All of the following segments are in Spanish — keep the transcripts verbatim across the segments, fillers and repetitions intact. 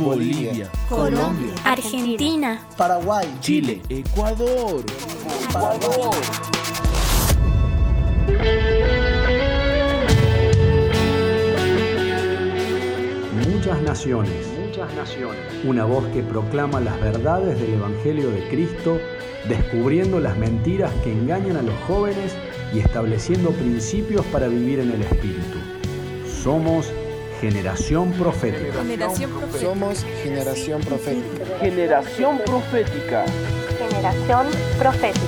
Bolivia, Colombia, Argentina, Paraguay, Chile, Ecuador, Ecuador. Muchas naciones, muchas naciones. Una voz que proclama las verdades del Evangelio de Cristo, descubriendo las mentiras que engañan a los jóvenes y estableciendo principios para vivir en el Espíritu. Somos Generación Profética. Generación Profética. Somos Generación Profética. Generación Profética. Generación Profética.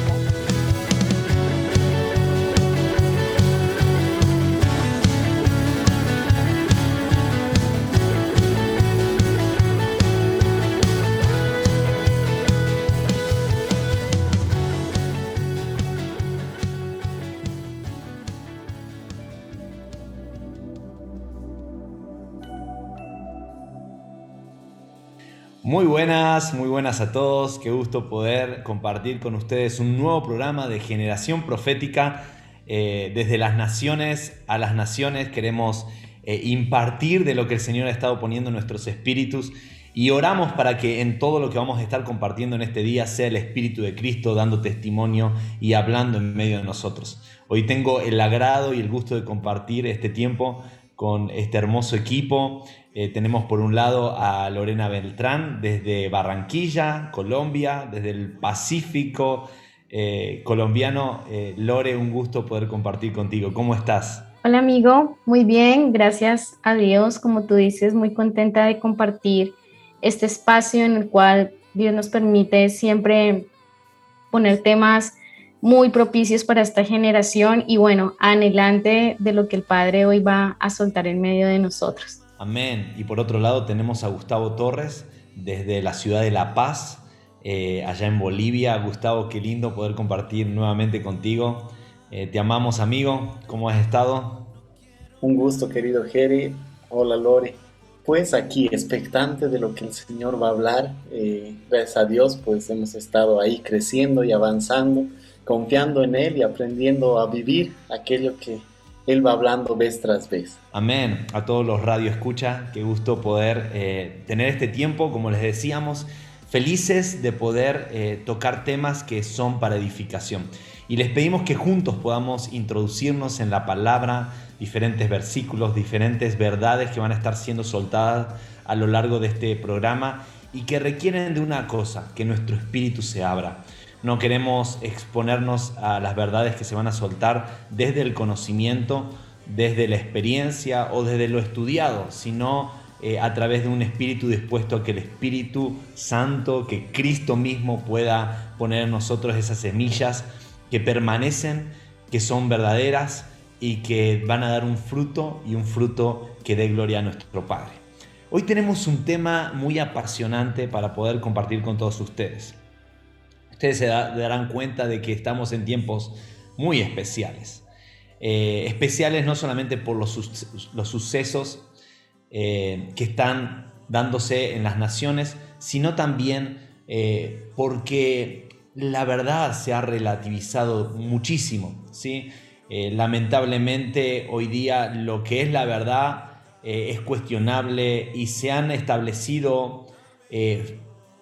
Muy buenas, muy buenas a todos. Qué gusto poder compartir con ustedes un nuevo programa de Generación Profética. Eh, desde las naciones a las naciones queremos eh, impartir de lo que el Señor ha estado poniendo en nuestros espíritus y oramos para que en todo lo que vamos a estar compartiendo en este día sea el Espíritu de Cristo dando testimonio y hablando en medio de nosotros. Hoy tengo el agrado y el gusto de compartir este tiempo con este hermoso equipo. Eh, tenemos por un lado a Lorena Beltrán desde Barranquilla, Colombia, desde el Pacífico eh, colombiano. Eh, Lore, un gusto poder compartir contigo. ¿Cómo estás? Hola amigo, muy bien, gracias a Dios, como tú dices, muy contenta de compartir este espacio en el cual Dios nos permite siempre poner temas muy propicios para esta generación y bueno, anhelante de lo que el Padre hoy va a soltar en medio de nosotros. Amén. Y por otro lado tenemos a Gustavo Torres desde la ciudad de La Paz, eh, allá en Bolivia. Gustavo, qué lindo poder compartir nuevamente contigo. Eh, te amamos, amigo. ¿Cómo has estado? Un gusto, querido Jere. Hola, Lore. Pues aquí, expectante de lo que el Señor va a hablar. Eh, gracias a Dios, pues hemos estado ahí creciendo y avanzando, confiando en Él y aprendiendo a vivir aquello que Él va hablando vez tras vez. Amén. A todos los radio escucha, qué gusto poder eh, tener este tiempo, como les decíamos, felices de poder eh, tocar temas que son para edificación. Y les pedimos que juntos podamos introducirnos en la palabra, diferentes versículos, diferentes verdades que van a estar siendo soltadas a lo largo de este programa y que requieren de una cosa, que nuestro espíritu se abra. No queremos exponernos a las verdades que se van a soltar desde el conocimiento, desde la experiencia o desde lo estudiado, sino eh, a través de un espíritu dispuesto a que el Espíritu Santo, que Cristo mismo pueda poner en nosotros esas semillas que permanecen, que son verdaderas y que van a dar un fruto y un fruto que dé gloria a nuestro Padre. Hoy tenemos un tema muy apasionante para poder compartir con todos ustedes. Ustedes se da, darán cuenta de que estamos en tiempos muy especiales. Eh, especiales no solamente por los, los sucesos eh, que están dándose en las naciones, sino también eh, porque la verdad se ha relativizado muchísimo, ¿sí? Eh, lamentablemente hoy día lo que es la verdad eh, es cuestionable y se han establecido eh,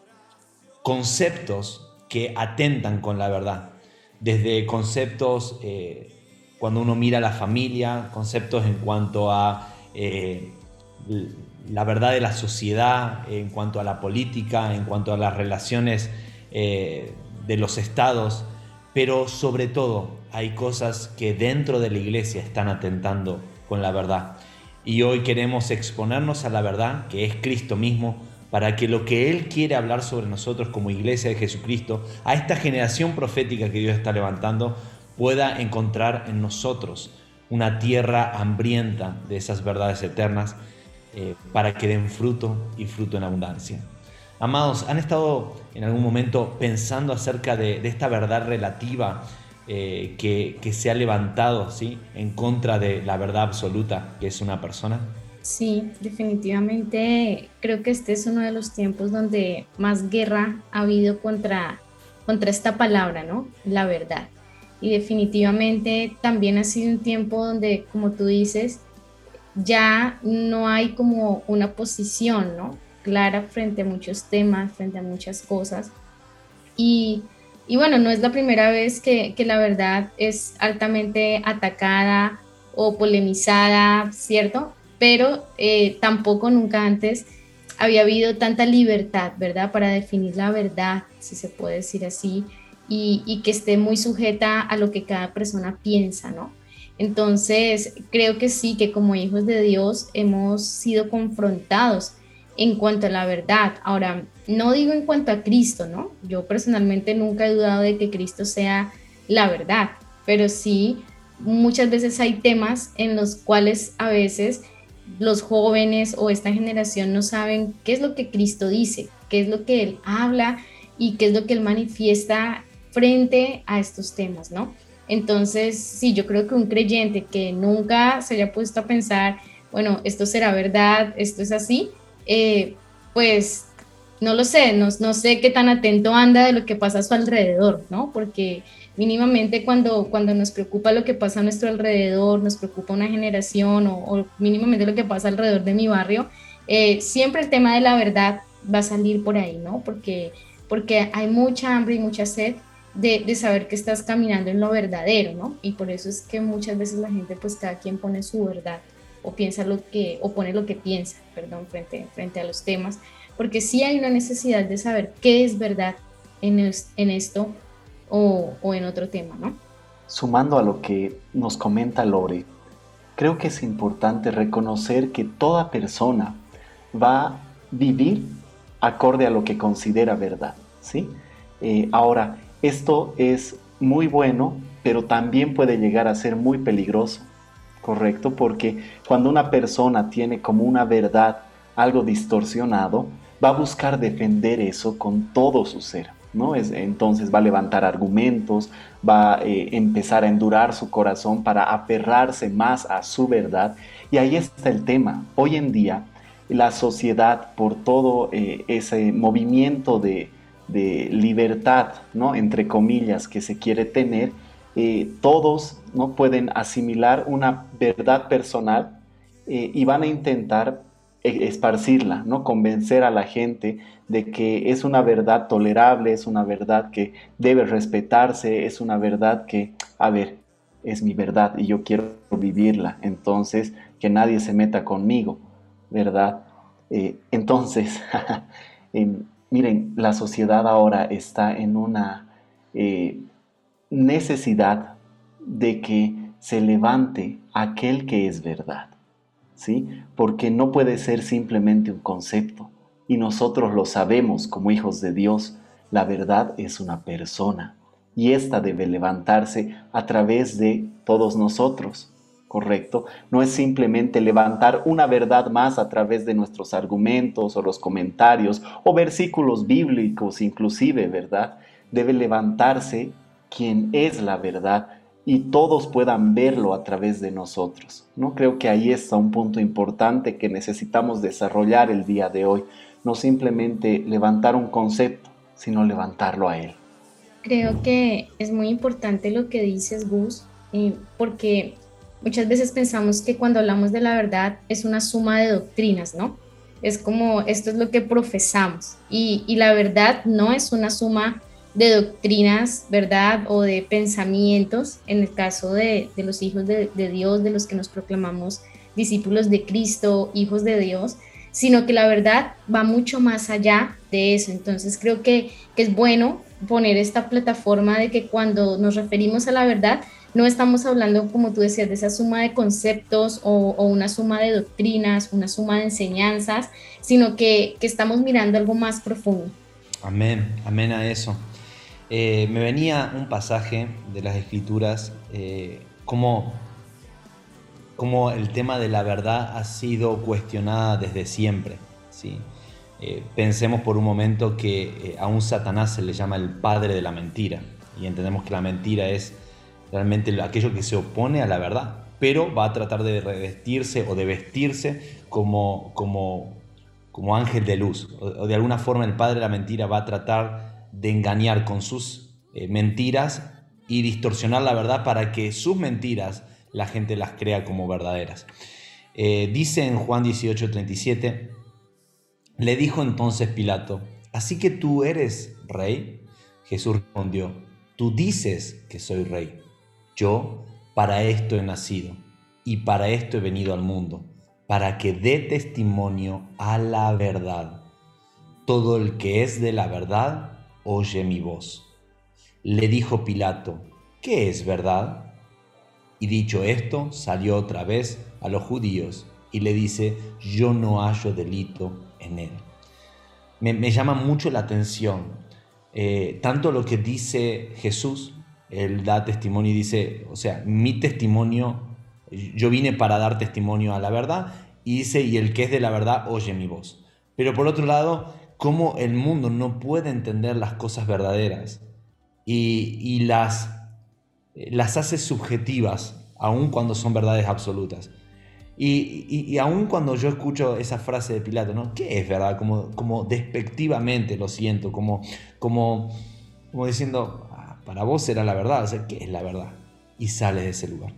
conceptos que atentan con la verdad, desde conceptos eh, cuando uno mira a la familia, conceptos en cuanto a eh, la verdad de la sociedad, en cuanto a la política, en cuanto a las relaciones eh, de los estados, pero sobre todo hay cosas que dentro de la iglesia están atentando con la verdad. Y hoy queremos exponernos a la verdad, que es Cristo mismo, para que lo que Él quiere hablar sobre nosotros como iglesia de Jesucristo, a esta generación profética que Dios está levantando, pueda encontrar en nosotros una tierra hambrienta de esas verdades eternas eh, para que den fruto y fruto en abundancia. Amados, ¿han estado en algún momento pensando acerca de, de esta verdad relativa eh, que, que se ha levantado, ¿sí?, en contra de la verdad absoluta que es una persona? Sí, definitivamente creo que este es uno de los tiempos donde más guerra ha habido contra, contra esta palabra, ¿no? La verdad. Y definitivamente también ha sido un tiempo donde, como tú dices, ya no hay como una posición, ¿no? clara frente a muchos temas, frente a muchas cosas. Y, y bueno, no es la primera vez que, que la verdad es altamente atacada o polemizada, ¿cierto? Pero eh, tampoco nunca antes había habido tanta libertad, ¿verdad? Para definir la verdad, si se puede decir así, y, y que esté muy sujeta a lo que cada persona piensa, ¿no? Entonces, creo que sí, que como hijos de Dios hemos sido confrontados en cuanto a la verdad. Ahora, no digo en cuanto a Cristo, ¿no? Yo personalmente nunca he dudado de que Cristo sea la verdad, pero sí, muchas veces hay temas en los cuales a veces los jóvenes o esta generación no saben qué es lo que Cristo dice, qué es lo que Él habla y qué es lo que Él manifiesta frente a estos temas, ¿no? Entonces, sí, yo creo que un creyente que nunca se haya puesto a pensar, bueno, esto será verdad, esto es así, eh, pues no lo sé, no, no sé qué tan atento anda de lo que pasa a su alrededor, ¿no? Porque mínimamente cuando, cuando nos preocupa lo que pasa a nuestro alrededor, nos preocupa una generación o, o mínimamente lo que pasa alrededor de mi barrio, eh, siempre el tema de la verdad va a salir por ahí, ¿no? Porque, porque hay mucha hambre y mucha sed de, de saber que estás caminando en lo verdadero, ¿no? Y por eso es que muchas veces la gente, pues cada quien pone su verdad o piensa lo que, o pone lo que piensa, perdón, frente, frente a los temas, porque sí hay una necesidad de saber qué es verdad en, es, en esto o, o en otro tema, ¿no? Sumando a lo que nos comenta Lore, creo que es importante reconocer que toda persona va a vivir acorde a lo que considera verdad, ¿sí? Eh, ahora, esto es muy bueno, pero también puede llegar a ser muy peligroso, ¿correcto? Porque cuando una persona tiene como una verdad algo distorsionado, va a buscar defender eso con todo su ser, ¿no? Es, entonces va a levantar argumentos, va a eh, empezar a endurar su corazón para aferrarse más a su verdad. Y ahí está el tema. Hoy en día, la sociedad, por todo eh, ese movimiento de, de libertad, ¿no? Entre comillas, que se quiere tener, eh, todos, ¿no? pueden asimilar una verdad personal eh, y van a intentar esparcirla, ¿no? Convencer a la gente de que es una verdad tolerable, es una verdad que debe respetarse, es una verdad que, a ver, es mi verdad y yo quiero vivirla, entonces que nadie se meta conmigo, ¿verdad? Eh, entonces, eh, miren, la sociedad ahora está en una eh, necesidad de que se levante aquel que es verdad, ¿sí? Porque no puede ser simplemente un concepto, y nosotros lo sabemos como hijos de Dios. La verdad es una persona, y ésta debe levantarse a través de todos nosotros, ¿correcto? No es simplemente levantar una verdad más a través de nuestros argumentos o los comentarios o versículos bíblicos inclusive, ¿verdad? Debe levantarse quien es la verdad y todos puedan verlo a través de nosotros, ¿no? Creo que ahí está un punto importante que necesitamos desarrollar el día de hoy. No simplemente levantar un concepto, sino levantarlo a él. Creo que es muy importante lo que dices, Gus, eh, porque muchas veces pensamos que cuando hablamos de la verdad es una suma de doctrinas, ¿no? Es como esto es lo que profesamos y, y la verdad no es una suma de doctrinas, ¿verdad? O de pensamientos, en el caso de, de los hijos de, de Dios, de los que nos proclamamos discípulos de Cristo, hijos de Dios, sino que la verdad va mucho más allá de eso. Entonces creo que, que es bueno poner esta plataforma de que cuando nos referimos a la verdad, no estamos hablando, como tú decías, de esa suma de conceptos o, o una suma de doctrinas, una suma de enseñanzas, sino que, que estamos mirando algo más profundo. Amén, amén a eso. Eh, me venía un pasaje de las Escrituras, eh, como, como el tema de la verdad ha sido cuestionada desde siempre, ¿sí? Eh, pensemos por un momento que eh, a un Satanás se le llama el padre de la mentira, y entendemos que la mentira es realmente aquello que se opone a la verdad, pero va a tratar de revestirse o de vestirse como, como, como ángel de luz, o, o de alguna forma el padre de la mentira va a tratar de engañar con sus eh, mentiras y distorsionar la verdad para que sus mentiras la gente las crea como verdaderas. Eh, dice en Juan dieciocho treinta y siete, Le dijo entonces Pilato: ¿así que tú eres rey? Jesús respondió: tú dices que soy rey. Yo para esto he nacido y para esto he venido al mundo, para que dé testimonio a la verdad. Todo el que es de la verdad oye mi voz. Le dijo Pilato: ¿qué es verdad? Y dicho esto, salió otra vez a los judíos y le dice: yo no hallo delito en él. Me, me llama mucho la atención eh, tanto lo que dice Jesús. Él da testimonio y dice, o sea, mi testimonio, yo vine para dar testimonio a la verdad, y dice: y el que es de la verdad oye mi voz. Pero por otro lado, cómo el mundo no puede entender las cosas verdaderas y, y las, las hace subjetivas, aun cuando son verdades absolutas. Y, y, y aun cuando yo escucho esa frase de Pilato, ¿no? ¿Qué es verdad? Como, como despectivamente lo siento, como, como, como diciendo, ah, para vos era la verdad, o sea, ¿qué es la verdad? Y sale de ese lugar.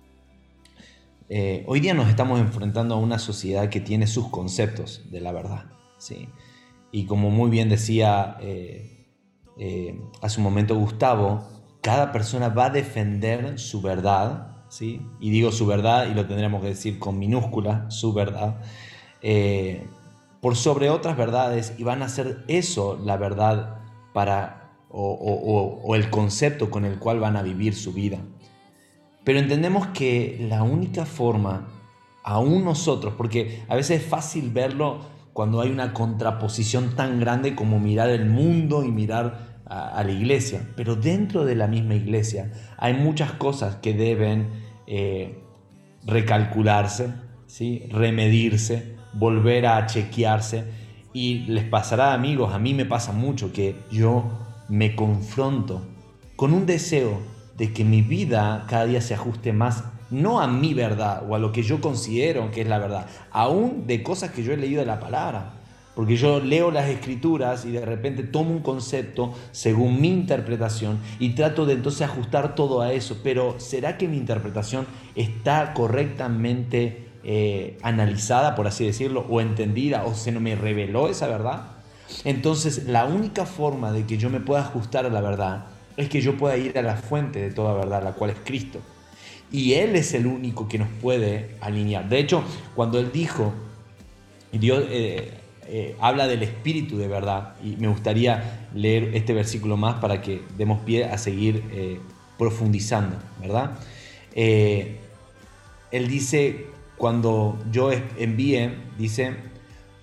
Eh, hoy día nos estamos enfrentando a una sociedad que tiene sus conceptos de la verdad, ¿sí? Y como muy bien decía eh, eh, hace un momento Gustavo, cada persona va a defender su verdad, ¿sí? Y digo su verdad, y lo tendremos que decir con minúscula, su verdad, eh, por sobre otras verdades, y van a hacer eso la verdad para, o, o, o el concepto con el cual van a vivir su vida. Pero entendemos que la única forma, aún nosotros, porque a veces es fácil verlo cuando hay una contraposición tan grande como mirar el mundo y mirar a, a la iglesia, pero dentro de la misma iglesia hay muchas cosas que deben eh, recalcularse, ¿sí? Remedirse, volver a chequearse, y les pasará, amigos, a mí me pasa mucho que yo me confronto con un deseo de que mi vida cada día se ajuste más, no a mi verdad o a lo que yo considero que es la verdad, aún de cosas que yo he leído de la palabra. Porque yo leo las escrituras y de repente tomo un concepto según mi interpretación y trato de entonces ajustar todo a eso. Pero ¿será que mi interpretación está correctamente eh, analizada, por así decirlo, o entendida, o se no me reveló esa verdad? Entonces la única forma de que yo me pueda ajustar a la verdad es que yo pueda ir a la fuente de toda verdad, la cual es Cristo. Y Él es el único que nos puede alinear. De hecho, cuando Él dijo, Dios eh, eh, habla del Espíritu de verdad, y me gustaría leer este versículo más para que demos pie a seguir eh, profundizando, ¿verdad? Eh, él dice, cuando yo envíe, dice...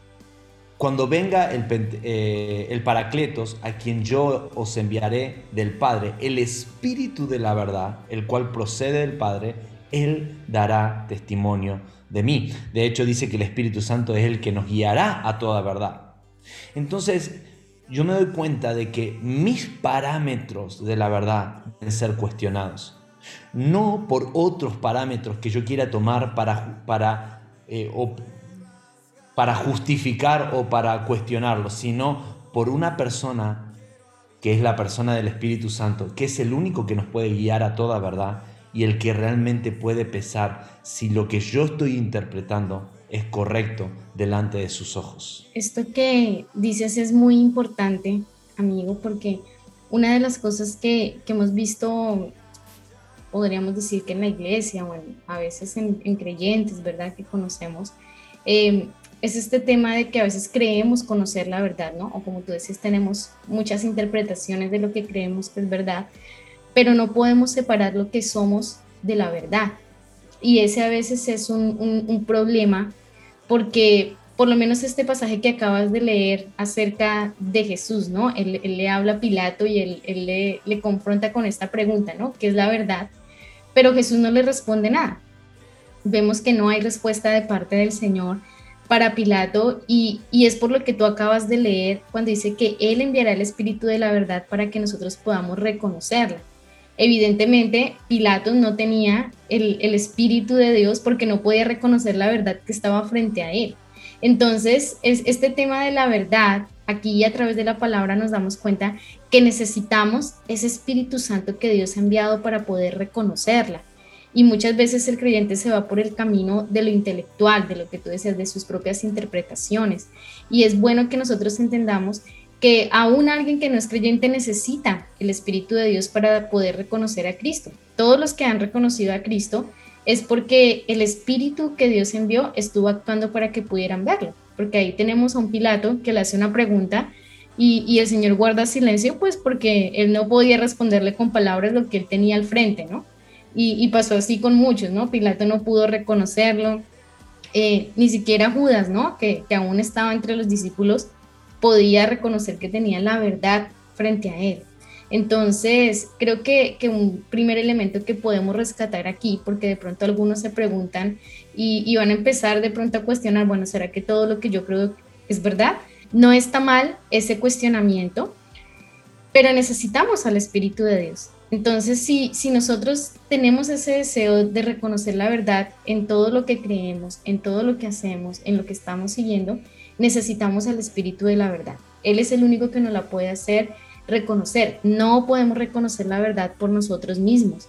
Cuando venga el, eh, el Paracletos, a quien yo os enviaré del Padre, el Espíritu de la verdad, el cual procede del Padre, Él dará testimonio de mí. De hecho, dice que el Espíritu Santo es el que nos guiará a toda verdad. Entonces, yo me doy cuenta de que mis parámetros de la verdad deben ser cuestionados. No por otros parámetros que yo quiera tomar para... para eh, o, para justificar o para cuestionarlo, sino por una persona que es la persona del Espíritu Santo, que es el único que nos puede guiar a toda verdad y el que realmente puede pesar si lo que yo estoy interpretando es correcto delante de sus ojos. Esto que dices es muy importante, amigo, porque una de las cosas que, que hemos visto, podríamos decir que en la iglesia o en, a veces en, en creyentes, ¿verdad?, que conocemos, eh, es este tema de que a veces creemos conocer la verdad, ¿no? O como tú decís, tenemos muchas interpretaciones de lo que creemos que es verdad, pero no podemos separar lo que somos de la verdad. Y ese a veces es un, un, un problema, porque por lo menos este pasaje que acabas de leer acerca de Jesús, ¿no? Él, él le habla a Pilato y él, él le, le confronta con esta pregunta, ¿no? ¿Qué es la verdad? Pero Jesús no le responde nada. Vemos que no hay respuesta de parte del Señor para Pilato, y, y es por lo que tú acabas de leer cuando dice que Él enviará el Espíritu de la verdad para que nosotros podamos reconocerla. Evidentemente, Pilato no tenía el, el Espíritu de Dios porque no podía reconocer la verdad que estaba frente a él. Entonces, es, este tema de la verdad, aquí a través de la palabra nos damos cuenta que necesitamos ese Espíritu Santo que Dios ha enviado para poder reconocerla. Y muchas veces el creyente se va por el camino de lo intelectual, de lo que tú decías, de sus propias interpretaciones. Y es bueno que nosotros entendamos que aún alguien que no es creyente necesita el Espíritu de Dios para poder reconocer a Cristo. Todos los que han reconocido a Cristo es porque el Espíritu que Dios envió estuvo actuando para que pudieran verlo. Porque ahí tenemos a un Pilato que le hace una pregunta y, y el Señor guarda silencio, pues porque él no podía responderle con palabras lo que él tenía al frente, ¿no? Y, y pasó así con muchos, ¿no? Pilato no pudo reconocerlo, eh, ni siquiera Judas, ¿no? Que, que aún estaba entre los discípulos, podía reconocer que tenía la verdad frente a él. Entonces, creo que, que un primer elemento que podemos rescatar aquí, porque de pronto algunos se preguntan y, y van a empezar de pronto a cuestionar, bueno, ¿será que todo lo que yo creo es verdad? No está mal ese cuestionamiento, pero necesitamos al Espíritu de Dios. Entonces, si, si nosotros tenemos ese deseo de reconocer la verdad en todo lo que creemos, en todo lo que hacemos, en lo que estamos siguiendo, necesitamos al Espíritu de la verdad. Él es el único que nos la puede hacer reconocer. No podemos reconocer la verdad por nosotros mismos.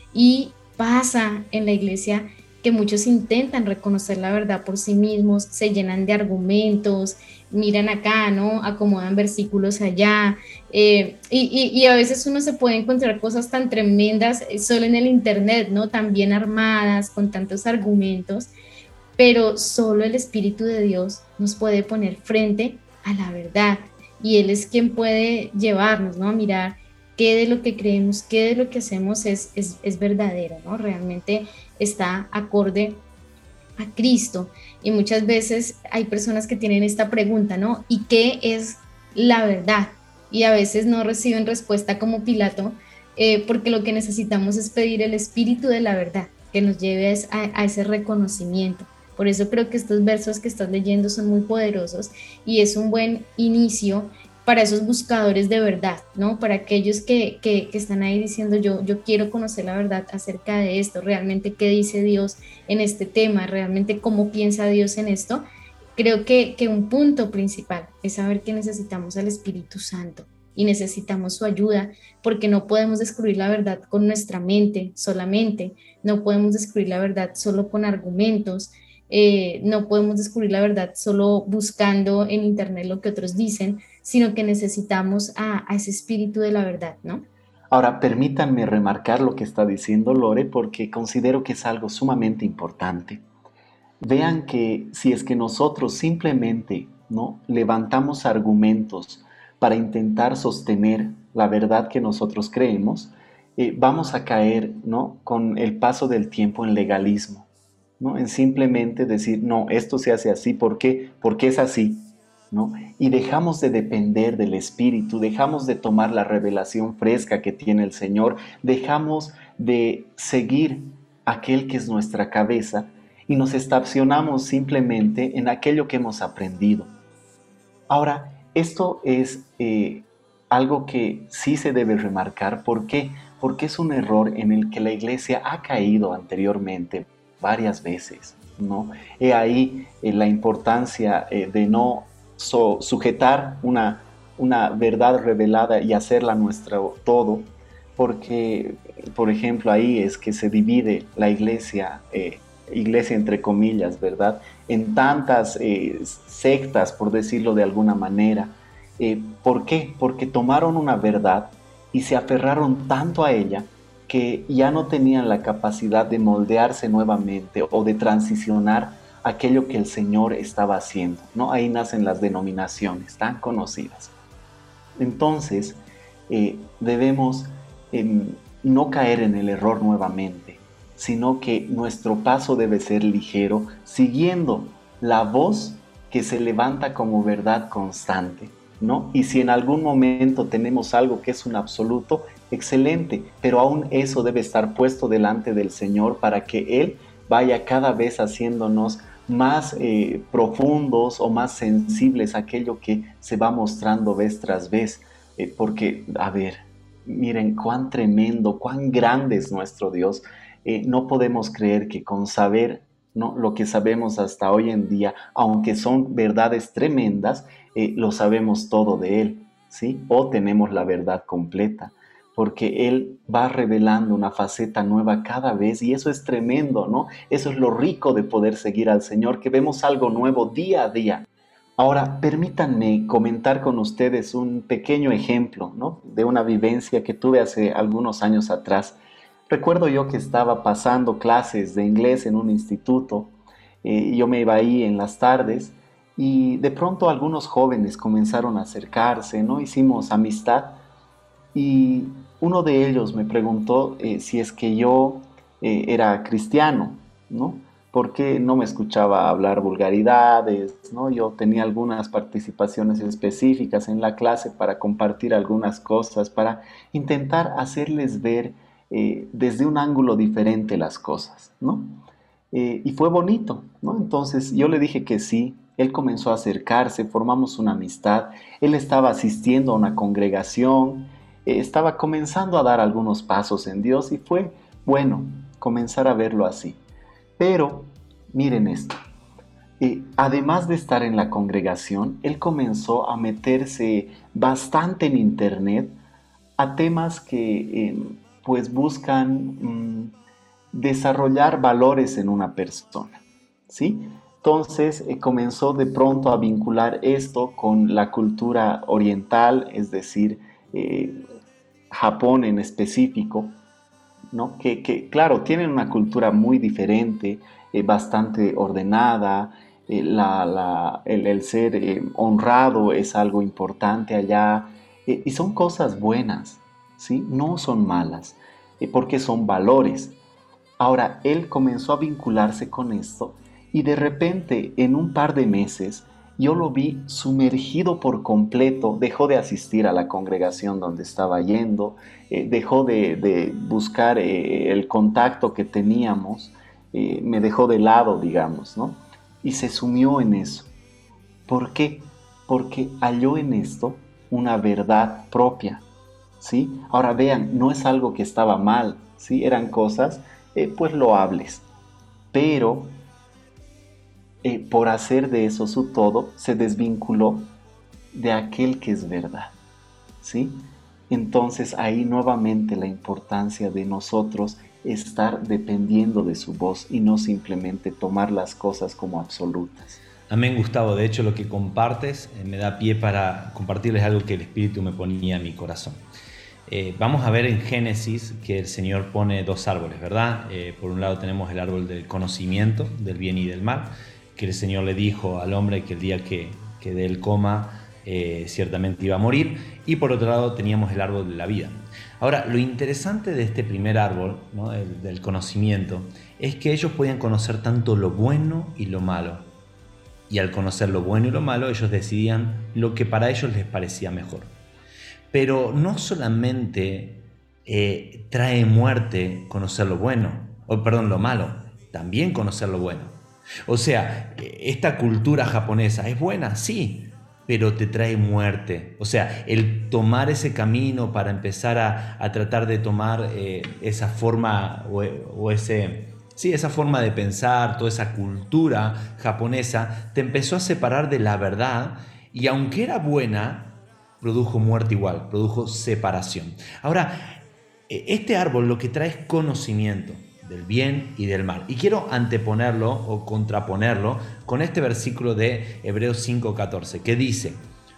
Y pasa en la iglesia que muchos intentan reconocer la verdad por sí mismos, se llenan de argumentos, miran acá, ¿no? Acomodan versículos allá, eh, y, y, y a veces uno se puede encontrar cosas tan tremendas solo en el internet, ¿no? Tan bien armadas, con tantos argumentos, pero solo el Espíritu de Dios nos puede poner frente a la verdad, y Él es quien puede llevarnos, ¿no? A mirar qué de lo que creemos, qué de lo que hacemos es, es, es verdadero, ¿no? Realmente está acorde a Cristo. Y muchas veces hay personas que tienen esta pregunta, ¿no? ¿Y qué es la verdad? Y a veces no reciben respuesta como Pilato, eh, porque lo que necesitamos es pedir el Espíritu de la verdad, que nos lleve a, a ese reconocimiento. Por eso creo que estos versos que estás leyendo son muy poderosos y es un buen inicio para esos buscadores de verdad, ¿no? Para aquellos que, que, que están ahí diciendo yo, yo quiero conocer la verdad acerca de esto, realmente qué dice Dios en este tema, realmente cómo piensa Dios en esto. Creo que, que un punto principal es saber que necesitamos al Espíritu Santo y necesitamos su ayuda, porque no podemos descubrir la verdad con nuestra mente solamente, no podemos descubrir la verdad solo con argumentos, eh, no podemos descubrir la verdad solo buscando en internet lo que otros dicen, sino que necesitamos a, a ese Espíritu de la verdad, ¿no? Ahora, permítanme remarcar lo que está diciendo Lore, porque considero que es algo sumamente importante. Vean que si es que nosotros simplemente, ¿no?, levantamos argumentos para intentar sostener la verdad que nosotros creemos, eh, vamos a caer, ¿no?, con el paso del tiempo en legalismo, ¿no?, en simplemente decir, no, esto se hace así, ¿por qué? Porque es así, ¿no? Y dejamos de depender del Espíritu, dejamos de tomar la revelación fresca que tiene el Señor, dejamos de seguir aquel que es nuestra cabeza y nos estacionamos simplemente en aquello que hemos aprendido. Ahora, esto es eh, algo que sí se debe remarcar. ¿Por qué? Porque es un error en el que la iglesia ha caído anteriormente varias veces, ¿no? He ahí eh, la importancia eh, de no So, sujetar una, una verdad revelada y hacerla nuestra todo, porque, por ejemplo, ahí es que se divide la iglesia, eh, iglesia entre comillas, ¿verdad?, en tantas eh, sectas, por decirlo de alguna manera. Eh, ¿Por qué? Porque tomaron una verdad y se aferraron tanto a ella que ya no tenían la capacidad de moldearse nuevamente o de transicionar aquello que el Señor estaba haciendo, ¿no? Ahí nacen las denominaciones tan conocidas. Entonces, eh, debemos eh, no caer en el error nuevamente, sino que nuestro paso debe ser ligero, siguiendo la voz que se levanta como verdad constante, ¿no? Y si en algún momento tenemos algo que es un absoluto, excelente, pero aún eso debe estar puesto delante del Señor para que Él vaya cada vez haciéndonos más eh, profundos o más sensibles a aquello que se va mostrando vez tras vez, eh, porque, a ver, miren cuán tremendo, cuán grande es nuestro Dios. Eh, no podemos creer que con saber, ¿no?, lo que sabemos hasta hoy en día, aunque son verdades tremendas, eh, lo sabemos todo de Él, ¿sí? O tenemos la verdad completa. porque Él va revelando una faceta nueva cada vez y eso es tremendo, ¿no? Eso es lo rico de poder seguir al Señor, que vemos algo nuevo día a día. Ahora, permítanme comentar con ustedes un pequeño ejemplo, ¿no?, de una vivencia que tuve hace algunos años atrás. Recuerdo yo que estaba pasando clases de inglés en un instituto, eh, yo me iba ahí en las tardes y de pronto algunos jóvenes comenzaron a acercarse, ¿no? Hicimos amistad y uno de ellos me preguntó eh, si es que yo eh, era cristiano, ¿no? Porque no me escuchaba hablar vulgaridades, ¿no? Yo tenía algunas participaciones específicas en la clase para compartir algunas cosas, para intentar hacerles ver eh, desde un ángulo diferente las cosas, ¿no? Eh, y fue bonito, ¿no? Entonces yo le dije que sí, él comenzó a acercarse, formamos una amistad, él estaba asistiendo a una congregación, eh, estaba comenzando a dar algunos pasos en Dios y fue bueno comenzar a verlo así. Pero, miren esto, eh, además de estar en la congregación, él comenzó a meterse bastante en internet a temas que eh, pues buscan mmm, desarrollar valores en una persona, ¿sí? Entonces eh, comenzó de pronto a vincular esto con la cultura oriental, es decir, eh, Japón en específico, ¿no? Que, que claro, tienen una cultura muy diferente, eh, bastante ordenada, eh, la, la, el, el ser eh, honrado es algo importante allá, eh, y son cosas buenas, ¿sí? No son malas, eh, porque son valores. Ahora, él comenzó a vincularse con esto y de repente, en un par de meses, yo lo vi sumergido por completo, dejó de asistir a la congregación donde estaba yendo, eh, dejó de, de buscar eh, el contacto que teníamos, eh, me dejó de lado, digamos, ¿no? Y se sumió en eso. ¿Por qué? Porque halló en esto una verdad propia, ¿sí? Ahora vean, no es algo que estaba mal, ¿sí? Eran cosas, eh, pues, loables, pero Eh, por hacer de eso su todo, se desvinculó de aquel que es verdad, ¿sí? Entonces ahí nuevamente la importancia de nosotros estar dependiendo de su voz y no simplemente tomar las cosas como absolutas. Amén, Gustavo. De hecho, lo que compartes eh, me da pie para compartirles algo que el Espíritu me ponía en mi corazón. Eh, vamos a ver en Génesis que el Señor pone dos árboles, ¿verdad? Eh, por un lado tenemos el árbol del conocimiento, del bien y del mal, que el Señor le dijo al hombre que el día que, que de él coma eh, ciertamente iba a morir, y por otro lado teníamos el árbol de la vida. Ahora, lo interesante de este primer árbol, ¿no?, el, del conocimiento, es que ellos podían conocer tanto lo bueno y lo malo, y al conocer lo bueno y lo malo ellos decidían lo que para ellos les parecía mejor. Pero no solamente eh, trae muerte conocer lo bueno, o perdón, lo malo, también conocer lo bueno. O sea, esta cultura japonesa es buena, sí, pero te trae muerte. O sea, el tomar ese camino para empezar a, a tratar de tomar eh, esa forma o, o ese, sí, esa forma de pensar, toda esa cultura japonesa, te empezó a separar de la verdad y aunque era buena, produjo muerte igual, produjo separación. Ahora, este árbol lo que trae es conocimiento del bien y del mal. Y quiero anteponerlo o contraponerlo con este versículo de Hebreos cinco catorce, que dice: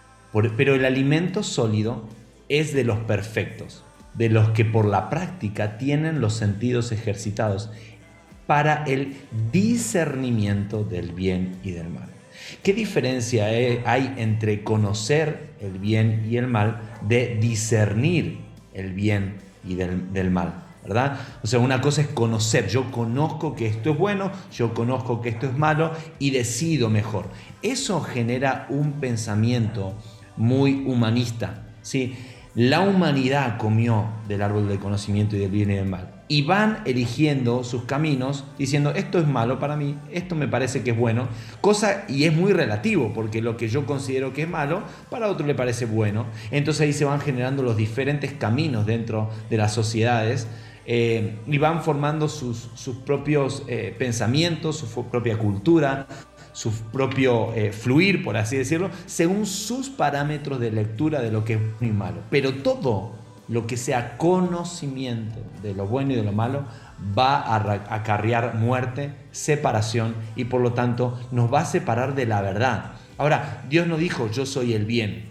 pero el alimento sólido es de los perfectos, de los que por la práctica tienen los sentidos ejercitados para el discernimiento del bien y del mal. ¿Qué diferencia hay entre conocer el bien y el mal de discernir el bien y del, del mal? ¿Verdad? O sea, una cosa es conocer, yo conozco que esto es bueno, yo conozco que esto es malo y decido mejor. Eso genera un pensamiento muy humanista, ¿sí? La humanidad comió del árbol del conocimiento y del bien y del mal y van eligiendo sus caminos diciendo esto es malo para mí, esto me parece que es bueno, cosa, y es muy relativo porque lo que yo considero que es malo para otro le parece bueno. Entonces ahí se van generando los diferentes caminos dentro de las sociedades. Eh, y van formando sus, sus propios eh, pensamientos, su propia cultura, su propio eh, fluir, por así decirlo, según sus parámetros de lectura de lo que es bueno y malo. Pero todo lo que sea conocimiento de lo bueno y de lo malo va a acarrear muerte, separación y por lo tanto nos va a separar de la verdad. Ahora, Dios no dijo yo soy el bien.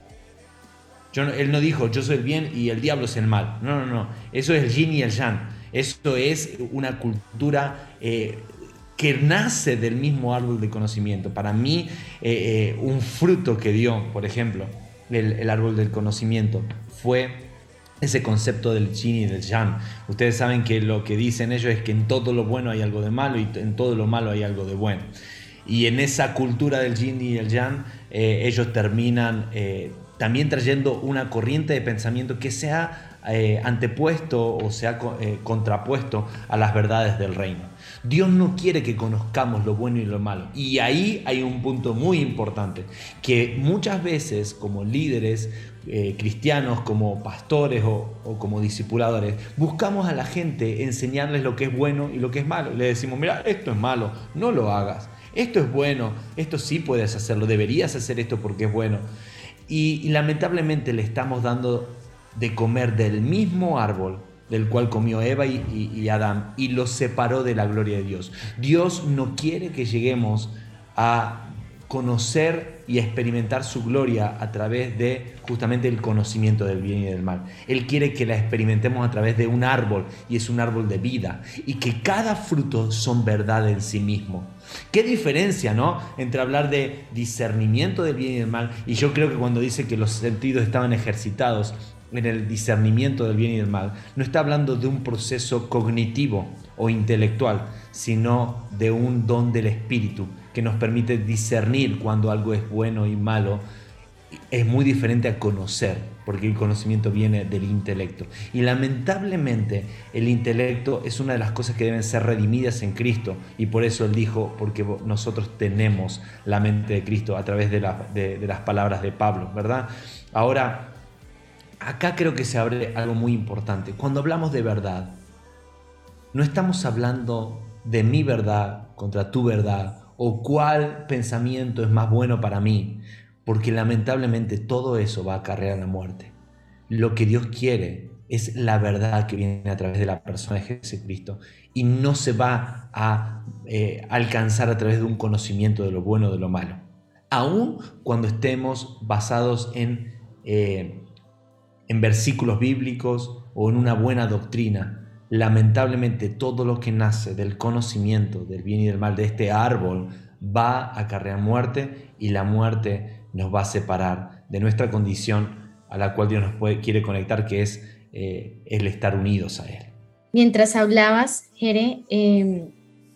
Yo no, él no dijo yo soy el bien y el diablo es el mal. No, no, no. Eso es el yin y el yang. Eso es una cultura eh, que nace del mismo árbol de conocimiento. Para mí, eh, eh, un fruto que dio, por ejemplo, el, el árbol del conocimiento fue ese concepto del yin y del yang. Ustedes saben que lo que dicen ellos es que en todo lo bueno hay algo de malo y en todo lo malo hay algo de bueno. Y en esa cultura del yin y el yang, eh, ellos terminan eh, también trayendo una corriente de pensamiento que sea eh, antepuesto o sea eh, contrapuesto a las verdades del reino. Dios no quiere que conozcamos lo bueno y lo malo. Y ahí hay un punto muy importante, que muchas veces como líderes eh, cristianos, como pastores o, o como discipuladores, buscamos a la gente enseñarles lo que es bueno y lo que es malo. Le decimos, mira, esto es malo, no lo hagas. Esto es bueno, esto sí puedes hacerlo, deberías hacer esto porque es bueno. Y, y lamentablemente le estamos dando de comer del mismo árbol del cual comió Eva y, y, y Adán, y los separó de la gloria de Dios. Dios no quiere que lleguemos a conocer y a experimentar su gloria a través de justamente el conocimiento del bien y del mal. Él quiere que la experimentemos a través de un árbol, y es un árbol de vida, y que cada fruto son verdad en sí mismo. Qué diferencia, ¿no?, entre hablar de discernimiento del bien y del mal, y yo creo que cuando dice que los sentidos estaban ejercitados en el discernimiento del bien y del mal, no está hablando de un proceso cognitivo o intelectual, sino de un don del Espíritu que nos permite discernir cuando algo es bueno y malo. Es muy diferente a conocer, porque el conocimiento viene del intelecto. Y lamentablemente el intelecto es una de las cosas que deben ser redimidas en Cristo, y por eso Él dijo, porque nosotros tenemos la mente de Cristo a través de, la, de, de las palabras de Pablo, ¿verdad? Ahora, acá creo que se abre algo muy importante. Cuando hablamos de verdad, no estamos hablando de mi verdad contra tu verdad, o cuál pensamiento es más bueno para mí, porque lamentablemente todo eso va a acarrear la muerte. Lo que Dios quiere es la verdad que viene a través de la persona de Jesucristo, y no se va a eh, alcanzar a través de un conocimiento de lo bueno o de lo malo, aun cuando estemos basados en, eh, en versículos bíblicos o en una buena doctrina. Lamentablemente todo lo que nace del conocimiento del bien y del mal, de este árbol, va a acarrear muerte, y la muerte nos va a separar de nuestra condición a la cual Dios nos puede, quiere conectar, que es eh, el estar unidos a Él. Mientras hablabas, Jere, eh,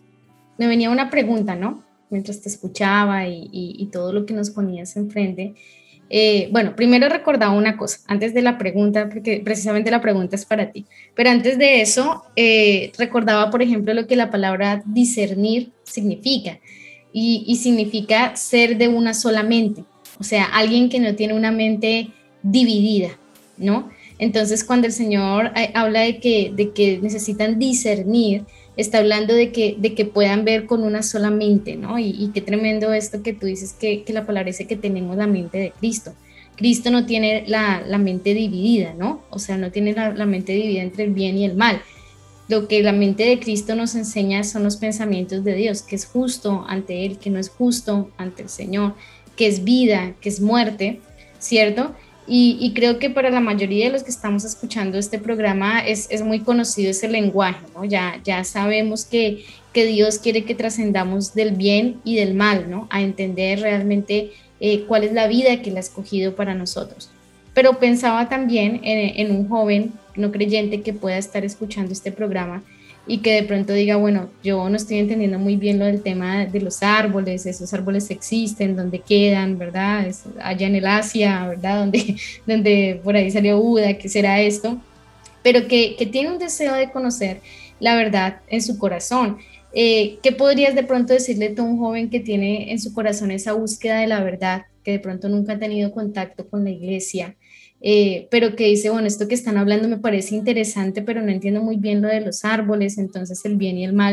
me venía una pregunta, ¿no? Mientras te escuchaba y, y, y todo lo que nos ponías enfrente. Eh, bueno, primero recordaba una cosa, antes de la pregunta, porque precisamente la pregunta es para ti, pero antes de eso, eh, recordaba, por ejemplo, lo que la palabra discernir significa, y, y significa ser de una sola mente, o sea, alguien que no tiene una mente dividida, ¿no? Entonces, cuando el Señor eh, habla de que, de que necesitan discernir, está hablando de que, de que puedan ver con una sola mente, ¿no? Y, y qué tremendo esto que tú dices, que, que la palabra dice que tenemos la mente de Cristo. Cristo no tiene la, la mente dividida, ¿no? O sea, no tiene la, la mente dividida entre el bien y el mal. Lo que la mente de Cristo nos enseña son los pensamientos de Dios, que es justo ante Él, que no es justo ante el Señor, que es vida, que es muerte, ¿cierto? Y, y creo que para la mayoría de los que estamos escuchando este programa es, es muy conocido ese lenguaje, ¿no? Ya, ya sabemos que, que Dios quiere que trascendamos del bien y del mal, ¿no? A entender realmente eh, cuál es la vida que Él ha escogido para nosotros. Pero pensaba también en, en un joven no creyente que pueda estar escuchando este programa y que de pronto diga, bueno, yo no estoy entendiendo muy bien lo del tema de los árboles, esos árboles existen, dónde quedan, ¿verdad? Es allá en el Asia, ¿verdad? Donde, donde por ahí salió Buda, ¿qué será esto? Pero que, que tiene un deseo de conocer la verdad en su corazón. Eh, ¿Qué podrías de pronto decirle tú a un joven que tiene en su corazón esa búsqueda de la verdad, que de pronto nunca ha tenido contacto con la iglesia, Eh, pero que dice, bueno, esto que están hablando me parece interesante, pero no entiendo muy bien lo de los árboles, entonces el bien y el mal,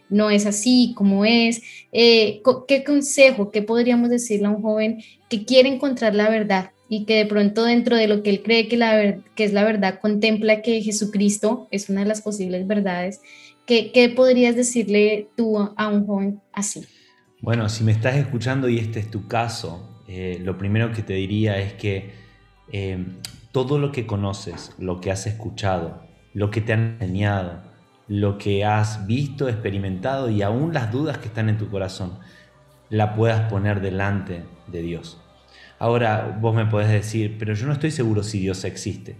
no es así, cómo es. Eh, ¿Qué consejo, qué podríamos decirle a un joven que quiere encontrar la verdad y que de pronto dentro de lo que él cree que, la, que es la verdad contempla que Jesucristo es una de las posibles verdades? ¿Qué, qué podrías decirle tú a, a un joven así? Bueno, si me estás escuchando y este es tu caso, eh, lo primero que te diría es que eh, todo lo que conoces, lo que has escuchado, lo que te han enseñado, lo que has visto, experimentado y aún las dudas que están en tu corazón, la puedas poner delante de Dios. Ahora vos me podés decir, pero yo no estoy seguro si Dios existe.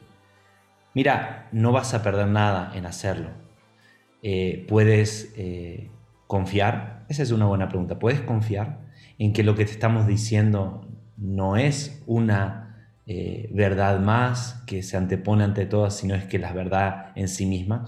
Mira, no vas a perder nada en hacerlo. Eh, ¿Puedes eh, confiar? Esa es una buena pregunta. ¿Puedes confiar en que lo que te estamos diciendo no es una eh, verdad más que se antepone ante todas, sino es que la verdad en sí misma?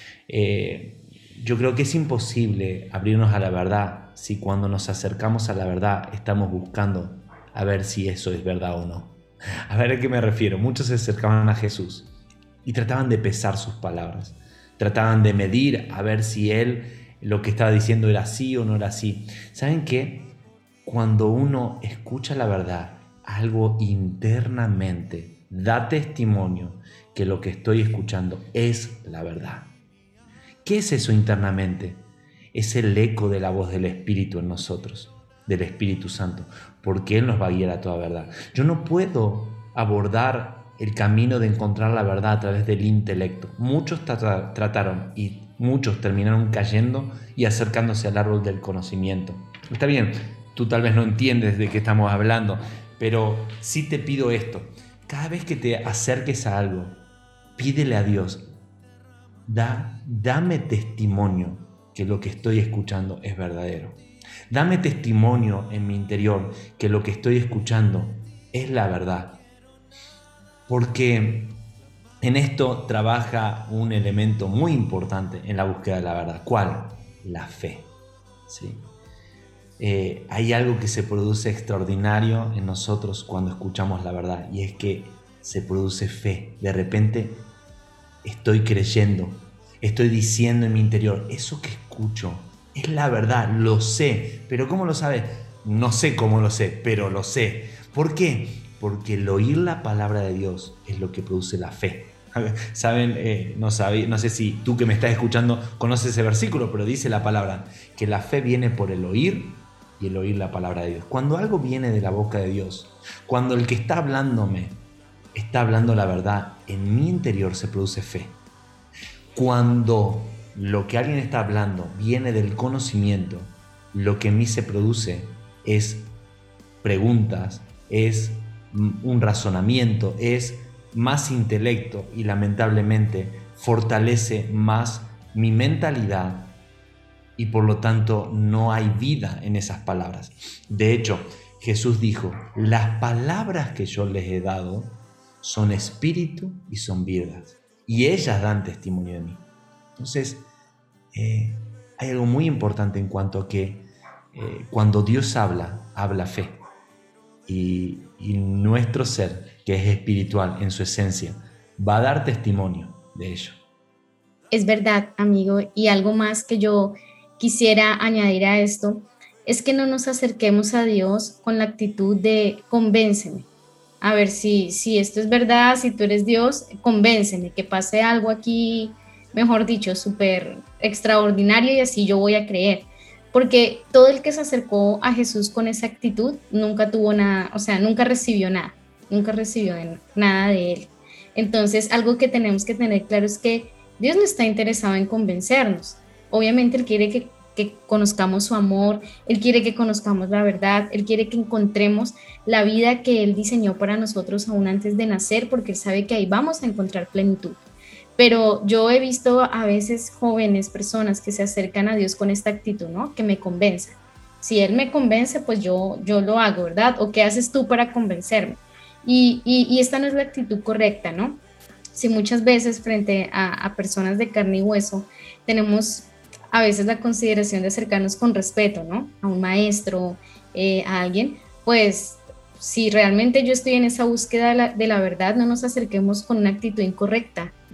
Eh, yo creo que es imposible abrirnos a la verdad si cuando nos acercamos a la verdad estamos buscando a ver si eso es verdad o no. A ver a qué me refiero. Muchos se acercaban a Jesús y trataban de pesar sus palabras. Trataban de medir a ver si él lo que estaba diciendo era así o no era así. ¿Saben qué? Cuando uno escucha la verdad, algo internamente da testimonio que lo que estoy escuchando es la verdad. ¿Qué es eso internamente? Es el eco de la voz del Espíritu en nosotros, del Espíritu Santo, porque Él nos va a guiar a toda verdad. Yo no puedo abordar el camino de encontrar la verdad a través del intelecto. Muchos tra- trataron y muchos terminaron cayendo y acercándose al árbol del conocimiento. Está bien, tú tal vez no entiendes de qué estamos hablando, pero sí te pido esto. Cada vez que te acerques a algo, pídele a Dios, da, dame testimonio que lo que estoy escuchando es verdadero. Dame testimonio en mi interior que lo que estoy escuchando es la verdad. Porque en esto trabaja un elemento muy importante en la búsqueda de la verdad. ¿Cuál? La fe. ¿Sí? Eh, hay algo que se produce extraordinario en nosotros cuando escuchamos la verdad, y es que se produce fe. De repente estoy creyendo, estoy diciendo en mi interior, eso que escucho es la verdad, lo sé. ¿Pero cómo lo sabes? No sé cómo lo sé, pero lo sé. ¿Por qué? Porque el oír la palabra de Dios es lo que produce la fe. ¿Saben? Eh, no, sabe, no sé si tú que me estás escuchando conoces ese versículo, pero dice la palabra que la fe viene por el oír y el oír la palabra de Dios. Cuando algo viene de la boca de Dios, cuando el que está hablándome está hablando la verdad, en mi interior se produce fe. Cuando lo que alguien está hablando viene del conocimiento, lo que en mí se produce es preguntas, es un razonamiento, es más intelecto, y lamentablemente fortalece más mi mentalidad, y por lo tanto no hay vida en esas palabras. De hecho, Jesús dijo, las palabras que yo les he dado son espíritu y son vidas, y ellas dan testimonio de mí. Entonces, eh, hay algo muy importante en cuanto a que eh, cuando Dios habla, habla fe. Y, y nuestro ser, que es espiritual en su esencia, va a dar testimonio de ello. Es verdad, amigo, y algo más que yo quisiera añadir a esto es que no nos acerquemos a Dios con la actitud de convénceme, a ver si, si esto es verdad, si tú eres Dios, convénceme, que pase algo aquí, mejor dicho, súper extraordinario, y así yo voy a creer. Porque todo el que se acercó a Jesús con esa actitud nunca tuvo nada, o sea, nunca recibió nada, nunca recibió nada de él. Entonces, algo que tenemos que tener claro es que Dios no está interesado en convencernos. Obviamente Él quiere que, que conozcamos su amor, Él quiere que conozcamos la verdad, Él quiere que encontremos la vida que Él diseñó para nosotros aún antes de nacer, porque Él sabe que ahí vamos a encontrar plenitud. Pero yo he visto a veces jóvenes, personas que se acercan a Dios con esta actitud, ¿no? Que me convenza. Si Él me convence, pues yo, yo lo hago, ¿verdad? ¿O qué haces tú para convencerme? Y, y, y esta no es la actitud correcta, ¿no? Si muchas veces frente a, a personas de carne y hueso tenemos a veces la consideración de acercarnos con respeto, ¿no? A un maestro, eh, a alguien, pues si realmente yo estoy en esa búsqueda de la, de la verdad, no nos acerquemos con una actitud incorrecta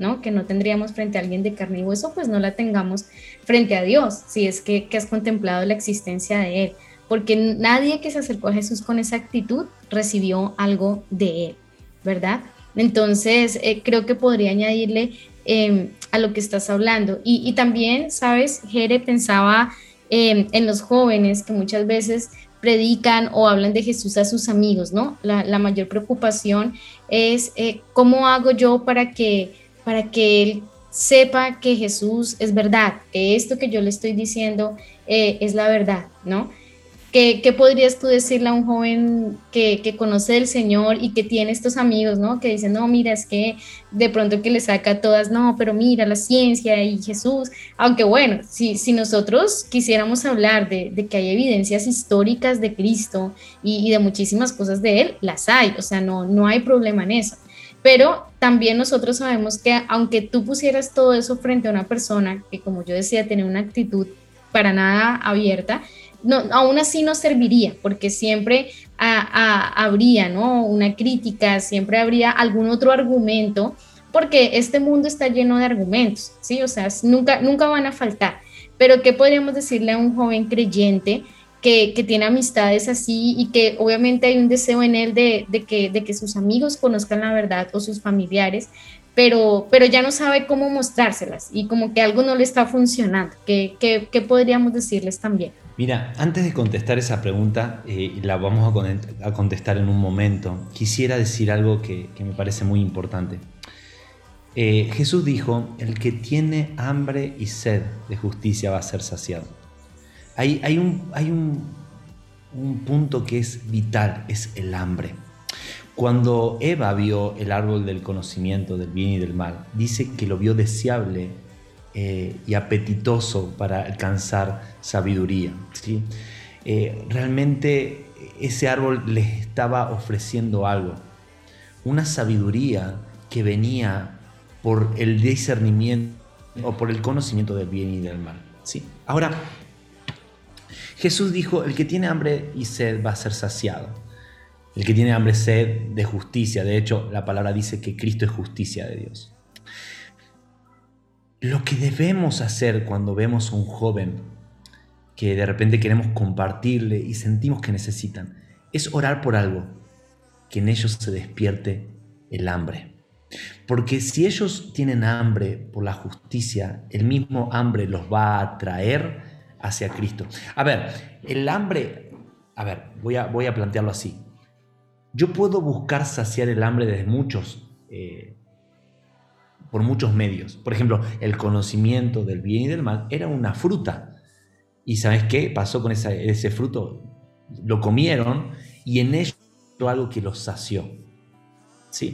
¿no? Que no tendríamos frente a alguien de carne y hueso, pues no la tengamos frente a Dios, si es que, que has contemplado la existencia de Él, porque nadie que se acercó a Jesús con esa actitud recibió algo de Él, ¿verdad? Entonces, eh, creo que podría añadirle eh, a lo que estás hablando. Y, y también, ¿sabes? Jere, pensaba eh, en los jóvenes que muchas veces predican o hablan de Jesús a sus amigos, ¿no? La, la mayor preocupación es eh, cómo hago yo para que, para que él sepa que Jesús es verdad, que esto que yo le estoy diciendo eh, es la verdad, ¿no? ¿Qué, ¿Qué podrías tú decirle a un joven que, que conoce del Señor y que tiene estos amigos, ¿no? Que dicen, no, mira, es que de pronto que le saca a todas, no, pero mira la ciencia y Jesús, aunque bueno, si, si nosotros quisiéramos hablar de, de que hay evidencias históricas de Cristo y, y de muchísimas cosas de Él, las hay, o sea, no, no hay problema en eso. Pero también nosotros sabemos que aunque tú pusieras todo eso frente a una persona que, como yo decía, tiene una actitud para nada abierta, no, aún así no serviría, porque siempre a, a, habría, ¿no? Una crítica, siempre habría algún otro argumento, porque este mundo está lleno de argumentos, ¿sí? O sea, nunca, nunca van a faltar. Pero ¿qué podríamos decirle a un joven creyente que, que tiene amistades así y que obviamente hay un deseo en él de, de, que, de que sus amigos conozcan la verdad o sus familiares, pero, pero ya no sabe cómo mostrárselas y como que algo no le está funcionando? ¿Qué, qué, qué podríamos decirles también? Mira, antes de contestar esa pregunta, eh, y la vamos a contestar en un momento, quisiera decir algo que, que me parece muy importante. Eh, Jesús dijo, el que tiene hambre y sed de justicia va a ser saciado. Hay, hay, un, hay un, un punto que es vital, es el hambre. Cuando Eva vio el árbol del conocimiento del bien y del mal, dice que lo vio deseable eh, y apetitoso para alcanzar sabiduría, ¿sí? Eh, realmente ese árbol les estaba ofreciendo algo, una sabiduría que venía por el discernimiento o por el conocimiento del bien y del mal, ¿sí? Ahora, Jesús dijo, el que tiene hambre y sed va a ser saciado. El que tiene hambre y sed de justicia. De hecho, la palabra dice que Cristo es justicia de Dios. Lo que debemos hacer cuando vemos a un joven que de repente queremos compartirle y sentimos que necesitan, es orar por algo, que en ellos se despierte el hambre. Porque si ellos tienen hambre por la justicia, el mismo hambre los va a atraer hacia Cristo. A ver, el hambre, a ver, voy a, voy a plantearlo así. Yo puedo buscar saciar el hambre desde muchos, eh, por muchos medios. Por ejemplo, el conocimiento del bien y del mal era una fruta. ¿Y sabes qué pasó con esa, ese fruto? Lo comieron y en ello algo que los sació, ¿sí?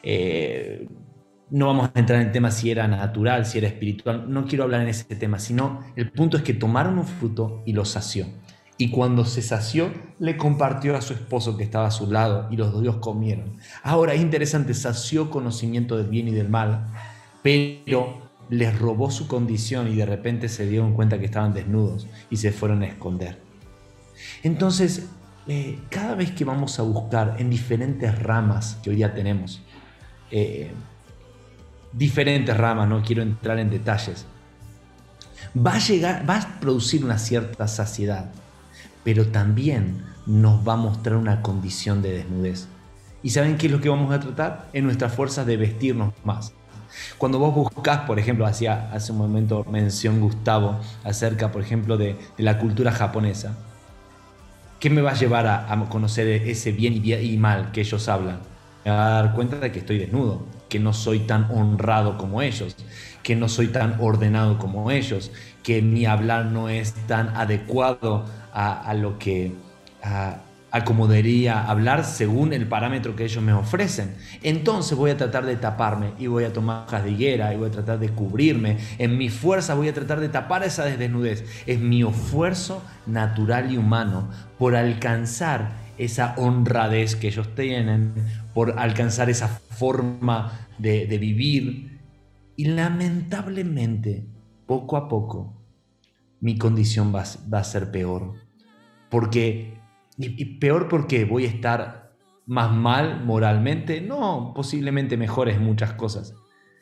Eh, no vamos a entrar en el tema si era natural, si era espiritual. No quiero hablar en ese tema, sino el punto es que tomaron un fruto y lo sació. Y cuando se sació, le compartió a su esposo que estaba a su lado y los dos comieron. Ahora es interesante, sació conocimiento del bien y del mal, pero les robó su condición y de repente se dieron cuenta que estaban desnudos y se fueron a esconder. Entonces, eh, cada vez que vamos a buscar en diferentes ramas que hoy día tenemos, eh, diferentes ramas, no quiero entrar en detalles, va a llegar, va a producir una cierta saciedad, pero también nos va a mostrar una condición de desnudez. ¿Y saben qué es lo que vamos a tratar? En nuestras fuerzas de vestirnos más. Cuando vos buscás, por ejemplo, hacía hace un momento mención Gustavo acerca, por ejemplo, de, de la cultura japonesa, ¿qué me va a llevar a, a conocer ese bien y, bien y mal que ellos hablan? Me va a dar cuenta de que estoy desnudo, que no soy tan honrado como ellos, que no soy tan ordenado como ellos, que mi hablar no es tan adecuado a, a lo que a, a como debería hablar según el parámetro que ellos me ofrecen. Entonces voy a tratar de taparme y voy a tomar hojas de higuera y voy a tratar de cubrirme. En mi fuerza voy a tratar de tapar esa desnudez. Es mi esfuerzo natural y humano por alcanzar esa honradez que ellos tienen, por alcanzar esa forma de, de vivir. Y lamentablemente, poco a poco, mi condición va, va a ser peor. Porque, y, y peor porque voy a estar más mal moralmente. No, posiblemente mejores muchas cosas.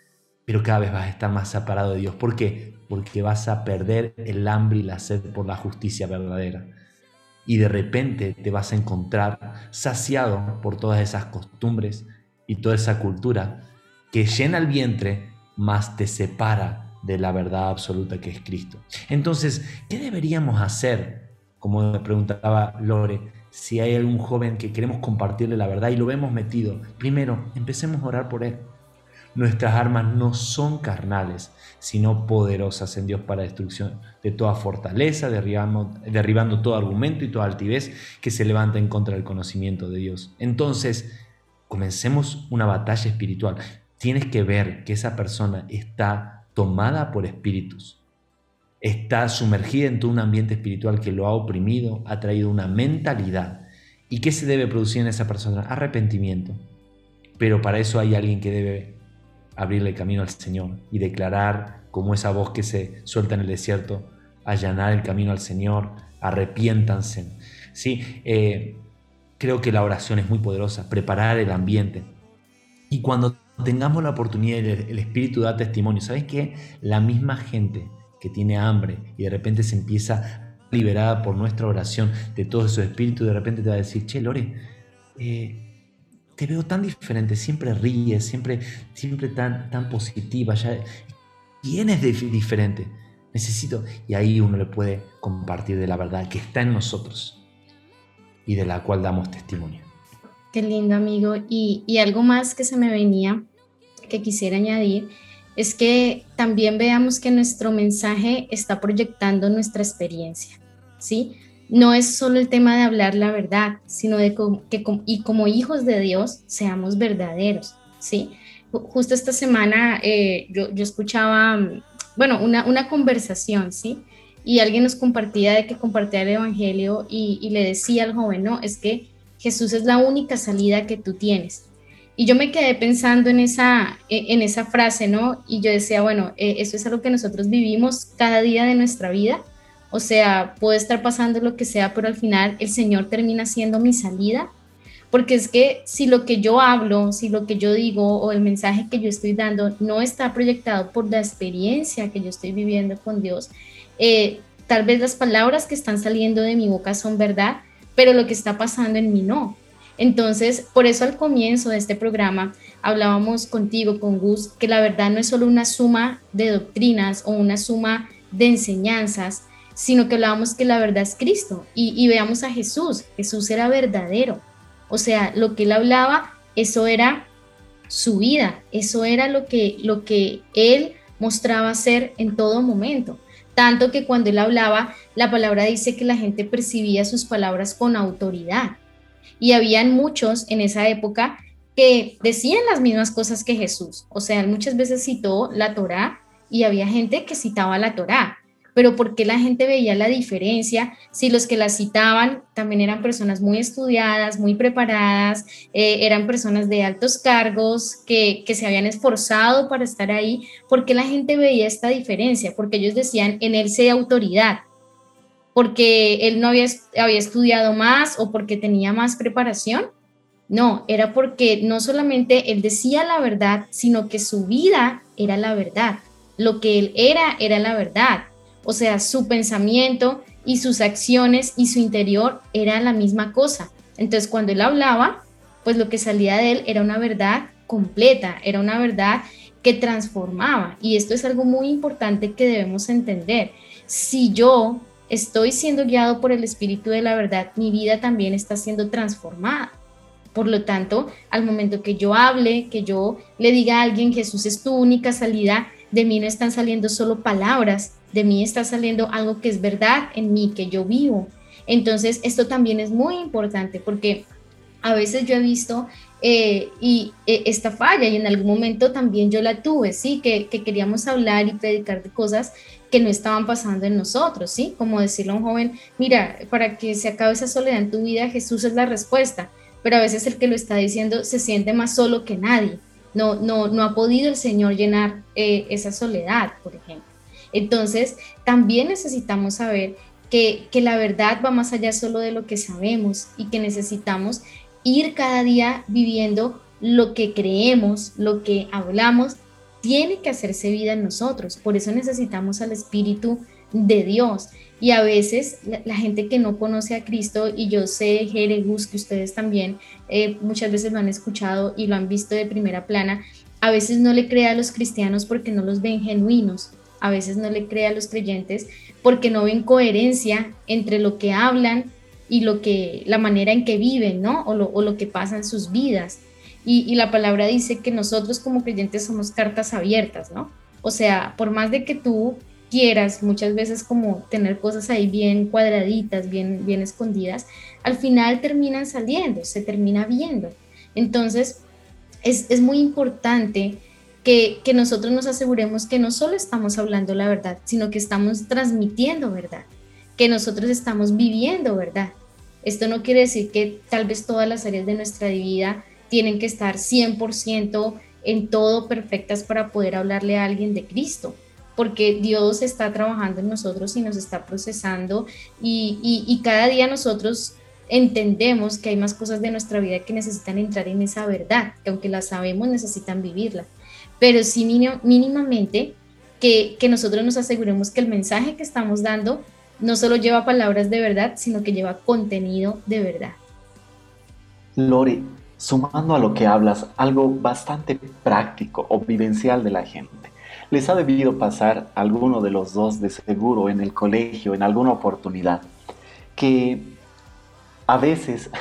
pero cada vez vas a estar más separado de Dios. ¿Por qué? Porque vas a perder el hambre y la sed por la justicia verdadera. Y de repente te vas a encontrar saciado por todas esas costumbres y toda esa cultura que llena el vientre, más te separa de la verdad absoluta que es Cristo. Entonces, ¿qué deberíamos hacer? Como me preguntaba Lore, si hay algún joven que queremos compartirle la verdad y lo vemos metido, primero, empecemos a orar por él. Nuestras armas no son carnales, sino poderosas en Dios para destrucción de toda fortaleza, derribando, derribando todo argumento y toda altivez que se levanta en contra del conocimiento de Dios. Entonces, comencemos una batalla espiritual. Tienes que ver que esa persona está tomada por espíritus, está sumergida en todo un ambiente espiritual que lo ha oprimido, ha traído una mentalidad. ¿Y qué se debe producir en esa persona? Arrepentimiento. Pero para eso hay alguien que debe abrirle camino al Señor y declarar como esa voz que se suelta en el desierto, allanar el camino al Señor, arrepiéntanse. ¿Sí? Eh, creo que la oración es muy poderosa, preparar el ambiente. Y cuando tengamos la oportunidad, el, el Espíritu da testimonio. ¿Sabes qué? La misma gente que tiene hambre y de repente se empieza liberada por nuestra oración de todos esos espíritus, de repente te va a decir, che, Lore, eh, te veo tan diferente, siempre ríes, siempre, siempre tan, tan positiva, ya, ¿quién es diferente? Necesito, y ahí uno le puede compartir de la verdad que está en nosotros y de la cual damos testimonio. Qué lindo, amigo. Y, y algo más que se me venía, que quisiera añadir, es que también veamos que nuestro mensaje está proyectando nuestra experiencia, ¿sí? No es solo el tema de hablar la verdad, sino de que y como hijos de Dios seamos verdaderos, ¿sí? Justo esta semana eh, yo, yo escuchaba, bueno, una, una conversación, ¿sí? Y alguien nos compartía de que compartía el evangelio y, y le decía al joven, no, es que Jesús es la única salida que tú tienes. Y yo me quedé pensando en esa, en esa frase, ¿no? Y yo decía, bueno, eh, eso es algo que nosotros vivimos cada día de nuestra vida. O sea, puede estar pasando lo que sea, pero al final el Señor termina siendo mi salida. Porque es que si lo que yo hablo, si lo que yo digo o el mensaje que yo estoy dando no está proyectado por la experiencia que yo estoy viviendo con Dios, eh, tal vez las palabras que están saliendo de mi boca son verdad, pero lo que está pasando en mí no. Entonces, por eso al comienzo de este programa hablábamos contigo, con Gus, que la verdad no es solo una suma de doctrinas o una suma de enseñanzas, sino que hablábamos que la verdad es Cristo y, y veamos a Jesús. Jesús era verdadero. O sea, lo que él hablaba, eso era su vida, eso era lo que, lo que él mostraba ser en todo momento. Tanto que cuando él hablaba, la palabra dice que la gente percibía sus palabras con autoridad. Y habían muchos en esa época que decían las mismas cosas que Jesús. O sea, él muchas veces citó la Torá y había gente que citaba la Torá. Pero ¿por qué la gente veía la diferencia si los que la citaban también eran personas muy estudiadas, muy preparadas, eh, eran personas de altos cargos que, que se habían esforzado para estar ahí? ¿Por qué la gente veía esta diferencia? Porque ellos decían, en él se da autoridad, porque él no había, había estudiado más o porque tenía más preparación. No, era porque no solamente él decía la verdad, sino que su vida era la verdad. Lo que él era, era la verdad. O sea, su pensamiento y sus acciones y su interior era la misma cosa. Entonces, cuando él hablaba, pues lo que salía de él era una verdad completa, era una verdad que transformaba. Y esto es algo muy importante que debemos entender. Si yo estoy siendo guiado por el Espíritu de la verdad, mi vida también está siendo transformada. Por lo tanto, al momento que yo hable, que yo le diga a alguien, Jesús es tu única salida, de mí no están saliendo solo palabras, de mí está saliendo algo que es verdad en mí, que yo vivo. Entonces, esto también es muy importante porque a veces yo he visto eh, y, eh, esta falla y en algún momento también yo la tuve, ¿sí? Que, que queríamos hablar y predicar de cosas que no estaban pasando en nosotros, ¿sí? Como decirle a un joven, mira, para que se acabe esa soledad en tu vida, Jesús es la respuesta, pero a veces el que lo está diciendo se siente más solo que nadie, no, no, no ha podido el Señor llenar eh, esa soledad, por ejemplo. Entonces, también necesitamos saber que, que la verdad va más allá solo de lo que sabemos y que necesitamos ir cada día viviendo lo que creemos, lo que hablamos tiene que hacerse vida en nosotros. Por eso necesitamos al Espíritu de Dios. Y a veces la, la gente que no conoce a Cristo, y yo sé, Jere, Gus, que ustedes también eh, muchas veces lo han escuchado y lo han visto de primera plana, a veces no le cree a los cristianos porque no los ven genuinos, a veces no le cree a los creyentes porque no ven coherencia entre lo que hablan y lo que, la manera en que viven, ¿no? O lo, o lo que pasa en sus vidas. Y, y la palabra dice que nosotros como creyentes somos cartas abiertas, ¿no? O sea, por más de que tú quieras muchas veces como tener cosas ahí bien cuadraditas, bien, bien escondidas, al final terminan saliendo, se termina viendo. Entonces, es, es muy importante que, que nosotros nos aseguremos que no solo estamos hablando la verdad, sino que estamos transmitiendo verdad, que nosotros estamos viviendo verdad. Esto no quiere decir que tal vez todas las áreas de nuestra vida tienen que estar cien por ciento en todo perfectas para poder hablarle a alguien de Cristo, porque Dios está trabajando en nosotros y nos está procesando y, y, y cada día nosotros entendemos que hay más cosas de nuestra vida que necesitan entrar en esa verdad, que aunque la sabemos necesitan vivirla, pero sí mínimamente que, que nosotros nos aseguremos que el mensaje que estamos dando no solo lleva palabras de verdad, sino que lleva contenido de verdad. Lore, sumando a lo que hablas, algo bastante práctico o vivencial de la gente. Les ha debido pasar a alguno de los dos de seguro en el colegio, en alguna oportunidad, que a veces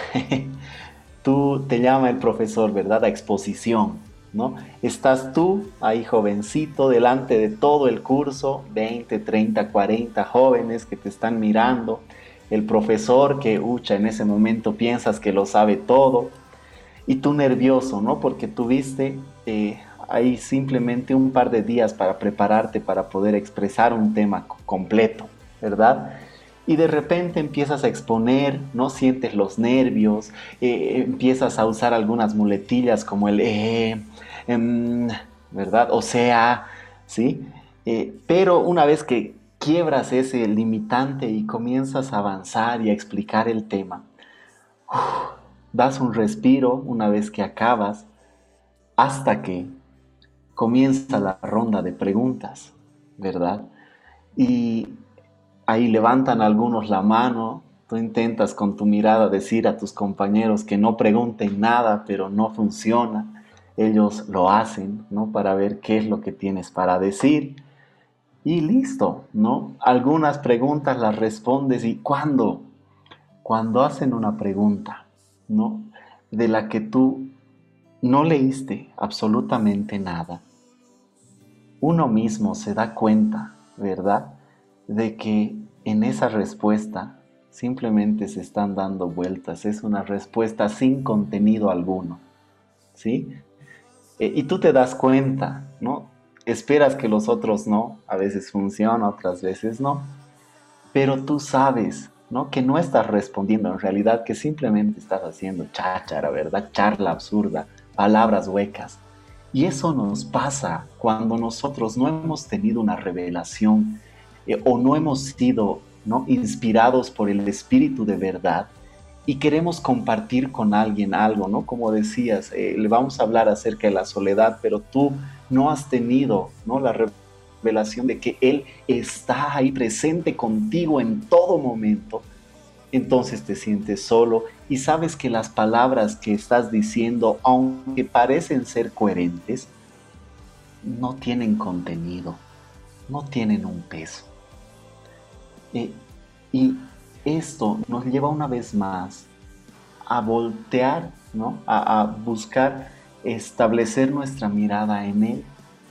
tú te llama el profesor, ¿verdad?, a exposición, ¿no? Estás tú ahí jovencito delante de todo el curso, veinte, treinta, cuarenta jóvenes que te están mirando, el profesor que, ucha, en ese momento piensas que lo sabe todo, y tú nervioso, ¿no? Porque tuviste eh, ahí simplemente un par de días para prepararte para poder expresar un tema completo, ¿verdad? Y de repente empiezas a exponer, ¿no? Sientes los nervios, eh, empiezas a usar algunas muletillas como el eh, eh, ¿verdad? O sea, ¿sí? Eh, pero una vez que quiebras ese limitante y comienzas a avanzar y a explicar el tema, uf, das un respiro una vez que acabas, hasta que comienza la ronda de preguntas, ¿verdad? Y ahí levantan algunos la mano, tú intentas con tu mirada decir a tus compañeros que no pregunten nada, pero no funciona. Ellos lo hacen, ¿no? Para ver qué es lo que tienes para decir. Y listo, ¿no? Algunas preguntas las respondes y ¿cuándo? Cuando hacen una pregunta, ¿no? De la que tú no leíste absolutamente nada, uno mismo se da cuenta, ¿verdad?, de que en esa respuesta simplemente se están dando vueltas, es una respuesta sin contenido alguno, ¿sí? Eh, y tú te das cuenta, ¿no? Esperas que los otros no, a veces funciona, otras veces no, pero tú sabes, ¿no?, que no estás respondiendo en realidad, que simplemente estás haciendo cháchara, ¿verdad?, charla absurda, palabras huecas. Y eso nos pasa cuando nosotros no hemos tenido una revelación eh, o no hemos sido, ¿no?, inspirados por el Espíritu de verdad y queremos compartir con alguien algo, ¿no? Como decías, eh, le vamos a hablar acerca de la soledad, pero tú no has tenido, ¿no?, la revelación de que Él está ahí presente contigo en todo momento. Entonces te sientes solo y sabes que las palabras que estás diciendo, aunque parecen ser coherentes, no tienen contenido, no tienen un peso. Eh, y esto nos lleva una vez más a voltear, ¿no?, a, a buscar establecer nuestra mirada en Él.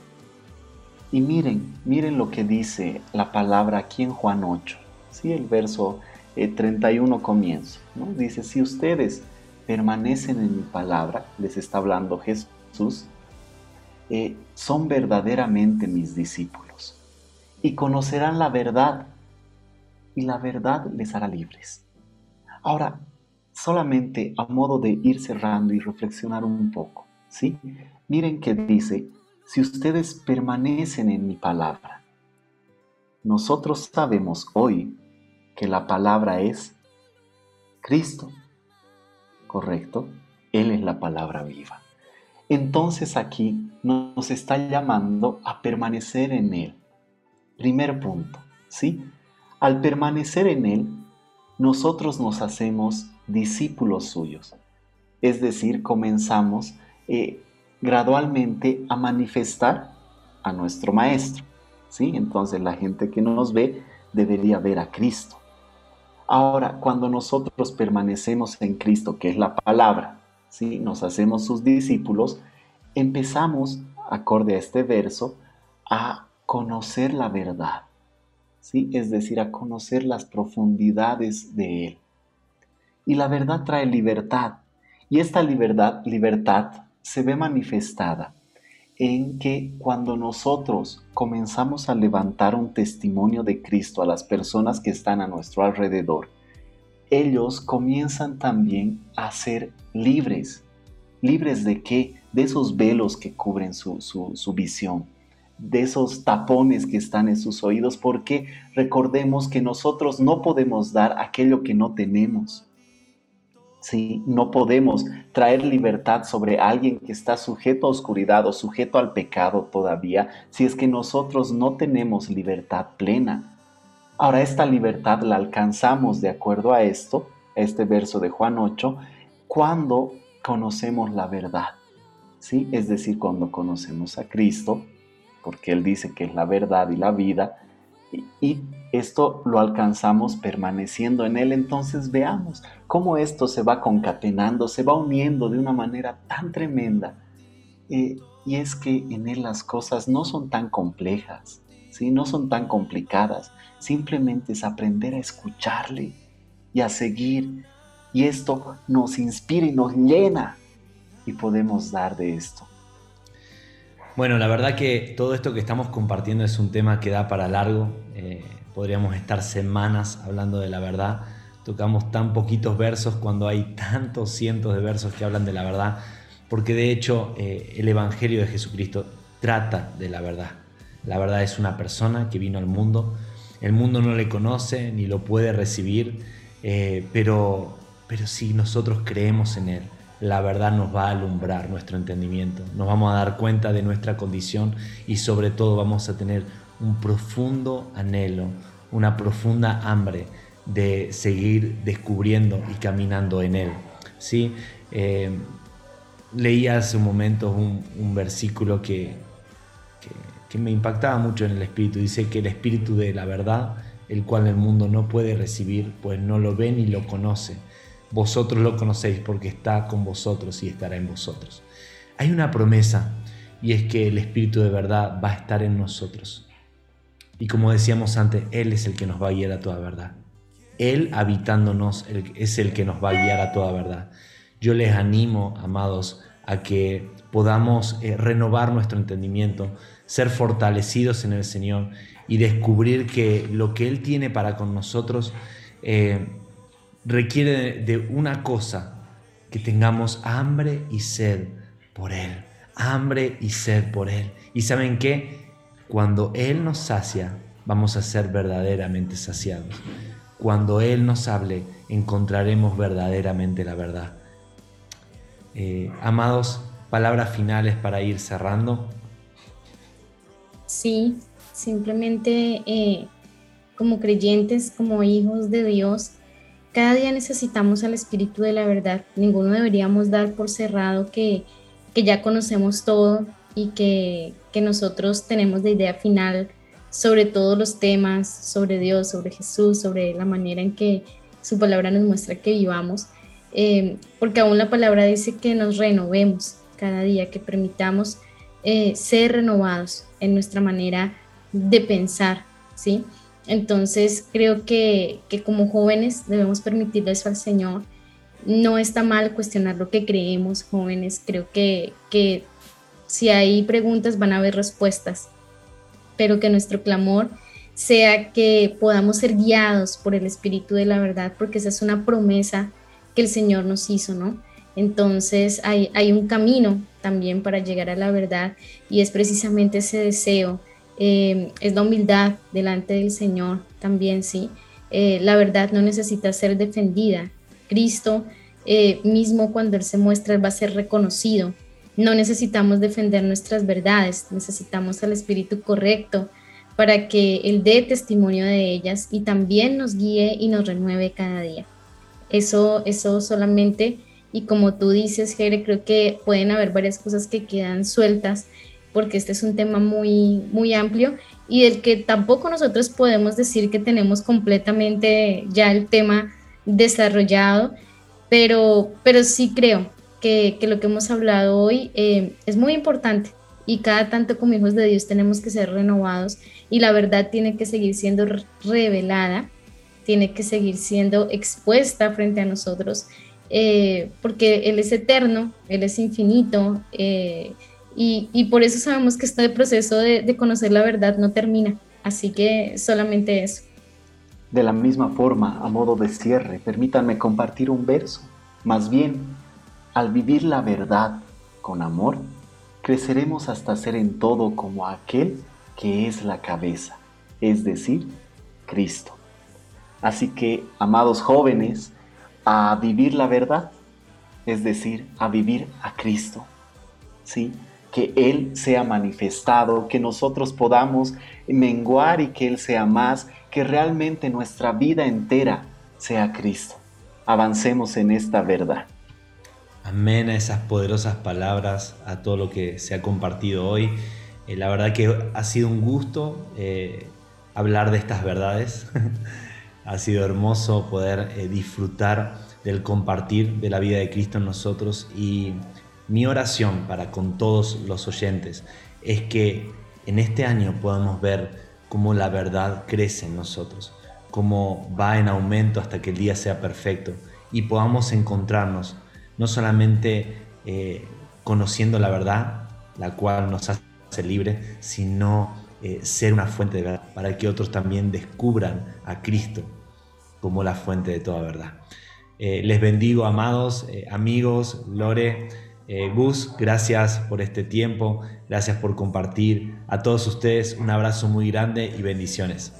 Y miren, miren lo que dice la palabra aquí en Juan ocho, ¿sí? El verso eh, treinta y uno comienzo, ¿no? Dice, si ustedes permanecen en mi palabra, les está hablando Jesús, eh, son verdaderamente mis discípulos y conocerán la verdad y la verdad les hará libres. Ahora, solamente a modo de ir cerrando y reflexionar un poco, ¿sí? Miren que dice, si ustedes permanecen en mi palabra, nosotros sabemos hoy que la palabra es Cristo, ¿correcto? Él es la palabra viva. Entonces aquí nos está llamando a permanecer en Él. Primer punto, ¿sí? Al permanecer en Él, nosotros nos hacemos discípulos suyos. Es decir, comenzamos eh, gradualmente a manifestar a nuestro Maestro, ¿sí? Entonces la gente que nos ve debería ver a Cristo. Ahora, cuando nosotros permanecemos en Cristo, que es la palabra, ¿sí? Nos hacemos sus discípulos, empezamos, acorde a este verso, a conocer la verdad, ¿sí? Es decir, a conocer las profundidades de Él. Y la verdad trae libertad, y esta libertad, libertad se ve manifestada en que cuando nosotros comenzamos a levantar un testimonio de Cristo a las personas que están a nuestro alrededor, ellos comienzan también a ser libres. ¿Libres de qué? De esos velos que cubren su, su, su visión, de esos tapones que están en sus oídos, porque recordemos que nosotros no podemos dar aquello que no tenemos. Sí, no podemos traer libertad sobre alguien que está sujeto a oscuridad o sujeto al pecado todavía, si es que nosotros no tenemos libertad plena. Ahora, esta libertad la alcanzamos de acuerdo a esto, este verso de Juan ocho, cuando conocemos la verdad, ¿sí? Es decir, cuando conocemos a Cristo, porque Él dice que es la verdad y la vida, y, y esto lo alcanzamos permaneciendo en Él. Entonces veamos cómo esto se va concatenando, se va uniendo de una manera tan tremenda. Eh, y es que en Él las cosas no son tan complejas, ¿sí? No son tan complicadas. Simplemente es aprender a escucharle y a seguir. Y esto nos inspira y nos llena. Y podemos dar de esto. Bueno, la verdad que todo esto que estamos compartiendo es un tema que da para largo. Eh, podríamos estar semanas hablando de la verdad. Tocamos tan poquitos versos cuando hay tantos cientos de versos que hablan de la verdad, porque de hecho eh, el Evangelio de Jesucristo trata de la verdad. La verdad es una persona que vino al mundo. El mundo no le conoce ni lo puede recibir, eh, pero, pero si nosotros creemos en Él, la verdad nos va a alumbrar nuestro entendimiento, nos vamos a dar cuenta de nuestra condición y sobre todo vamos a tener un profundo anhelo, una profunda hambre de seguir descubriendo y caminando en Él, ¿sí? Eh, leí hace un momento un, un versículo que, que, que me impactaba mucho en el espíritu. Dice que el espíritu de la verdad, el cual el mundo no puede recibir, pues no lo ve ni lo conoce. Vosotros lo conocéis porque está con vosotros y estará en vosotros. Hay una promesa, y es que el Espíritu de verdad va a estar en nosotros. Y como decíamos antes, Él es el que nos va a guiar a toda verdad. Él habitándonos es el que nos va a guiar a toda verdad. Yo les animo, amados, a que podamos eh, renovar nuestro entendimiento, ser fortalecidos en el Señor y descubrir que lo que Él tiene para con nosotros eh, requiere de una cosa: que tengamos hambre y sed por Él, hambre y sed por Él. ¿Y saben qué? Cuando Él nos sacia, vamos a ser verdaderamente saciados. Cuando Él nos hable, encontraremos verdaderamente la verdad. Eh, amados, palabras finales para ir cerrando. Sí, simplemente eh, como creyentes, como hijos de Dios, cada día necesitamos al Espíritu de la verdad. Ninguno deberíamos dar por cerrado que, que ya conocemos todo y que, que nosotros tenemos la idea final sobre todos los temas, sobre Dios, sobre Jesús, sobre la manera en que su palabra nos muestra que vivamos. Eh, porque aún la palabra dice que nos renovemos cada día, que permitamos eh, ser renovados en nuestra manera de pensar, ¿sí? Entonces creo que, que como jóvenes debemos permitirle eso al Señor. No está mal cuestionar lo que creemos, jóvenes. Creo que, que si hay preguntas van a haber respuestas, pero que nuestro clamor sea que podamos ser guiados por el Espíritu de la verdad, porque esa es una promesa que el Señor nos hizo, ¿no? Entonces hay, hay un camino también para llegar a la verdad, y es precisamente ese deseo. Eh, es la humildad delante del Señor también, ¿sí? Eh, la verdad no necesita ser defendida. Cristo eh, mismo, cuando Él se muestra, Él va a ser reconocido. no necesitamos defender nuestras verdades, necesitamos al espíritu correcto para que Él dé testimonio de ellas y también nos guíe y nos renueve cada día. Eso, eso solamente, y como tú dices, Jere, creo que pueden haber varias cosas que quedan sueltas, porque este es un tema muy, muy amplio y del que tampoco nosotros podemos decir que tenemos completamente ya el tema desarrollado, pero, pero sí creo que, que lo que hemos hablado hoy eh, es muy importante y cada tanto como hijos de Dios tenemos que ser renovados y la verdad tiene que seguir siendo revelada, tiene que seguir siendo expuesta frente a nosotros, eh, porque Él es eterno, Él es infinito, eh, y, y por eso sabemos que este proceso de, de conocer la verdad no termina, así que solamente eso. De la misma forma, a modo de cierre, permítanme compartir un verso. Más bien, al vivir la verdad con amor, creceremos hasta ser en todo como aquel que es la cabeza, es decir, Cristo. Así que, amados jóvenes, a vivir la verdad, es decir, a vivir a Cristo, ¿sí? Que Él sea manifestado, que nosotros podamos menguar y que Él sea más, que realmente nuestra vida entera sea Cristo. Avancemos en esta verdad. Amén a esas poderosas palabras, a todo lo que se ha compartido hoy. Eh, la verdad que ha sido un gusto eh, hablar de estas verdades. Ha sido hermoso poder eh, disfrutar del compartir de la vida de Cristo en nosotros, y mi oración para con todos los oyentes es que en este año podamos ver cómo la verdad crece en nosotros, cómo va en aumento hasta que el día sea perfecto y podamos encontrarnos no solamente eh, conociendo la verdad, la cual nos hace libre, sino eh, ser una fuente de verdad para que otros también descubran a Cristo como la fuente de toda verdad. Eh, les bendigo, amados, eh, amigos, Lore, eh, Gus, gracias por este tiempo, gracias por compartir. A todos ustedes un abrazo muy grande y bendiciones.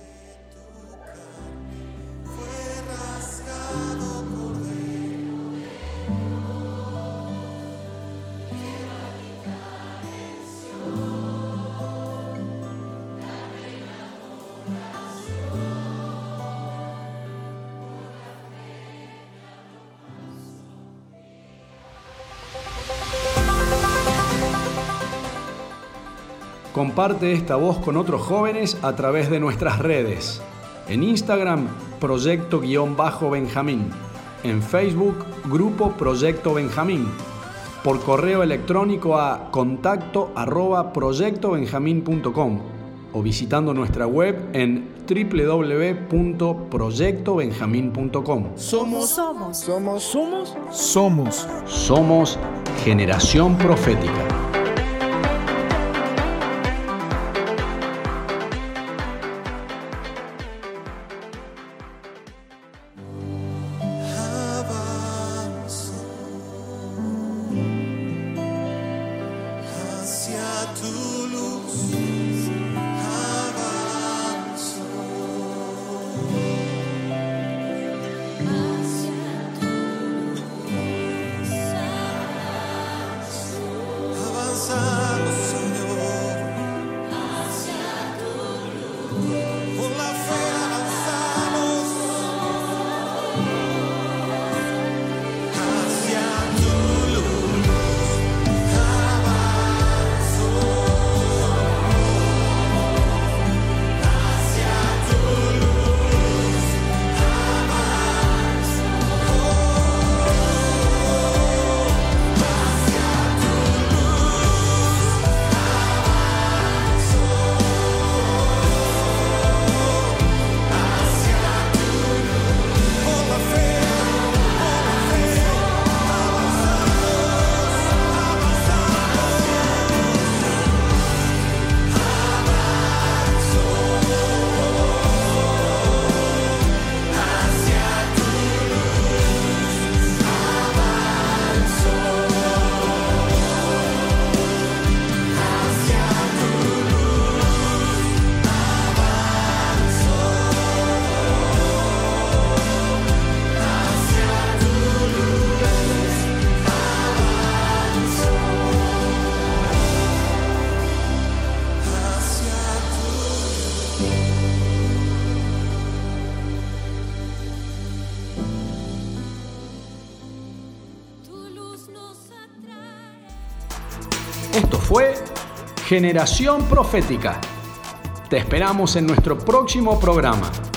Comparte esta voz con otros jóvenes a través de nuestras redes. En Instagram, Proyecto-Benjamín. En Facebook, Grupo Proyecto Benjamín. Por correo electrónico a contacto arroba proyecto benjamín punto com o visitando nuestra web en doble u doble u doble u punto proyecto benjamín punto com. Somos, somos, somos, somos, somos, Somos Generación Profética. Esto fue Generación Profética. Te esperamos en nuestro próximo programa.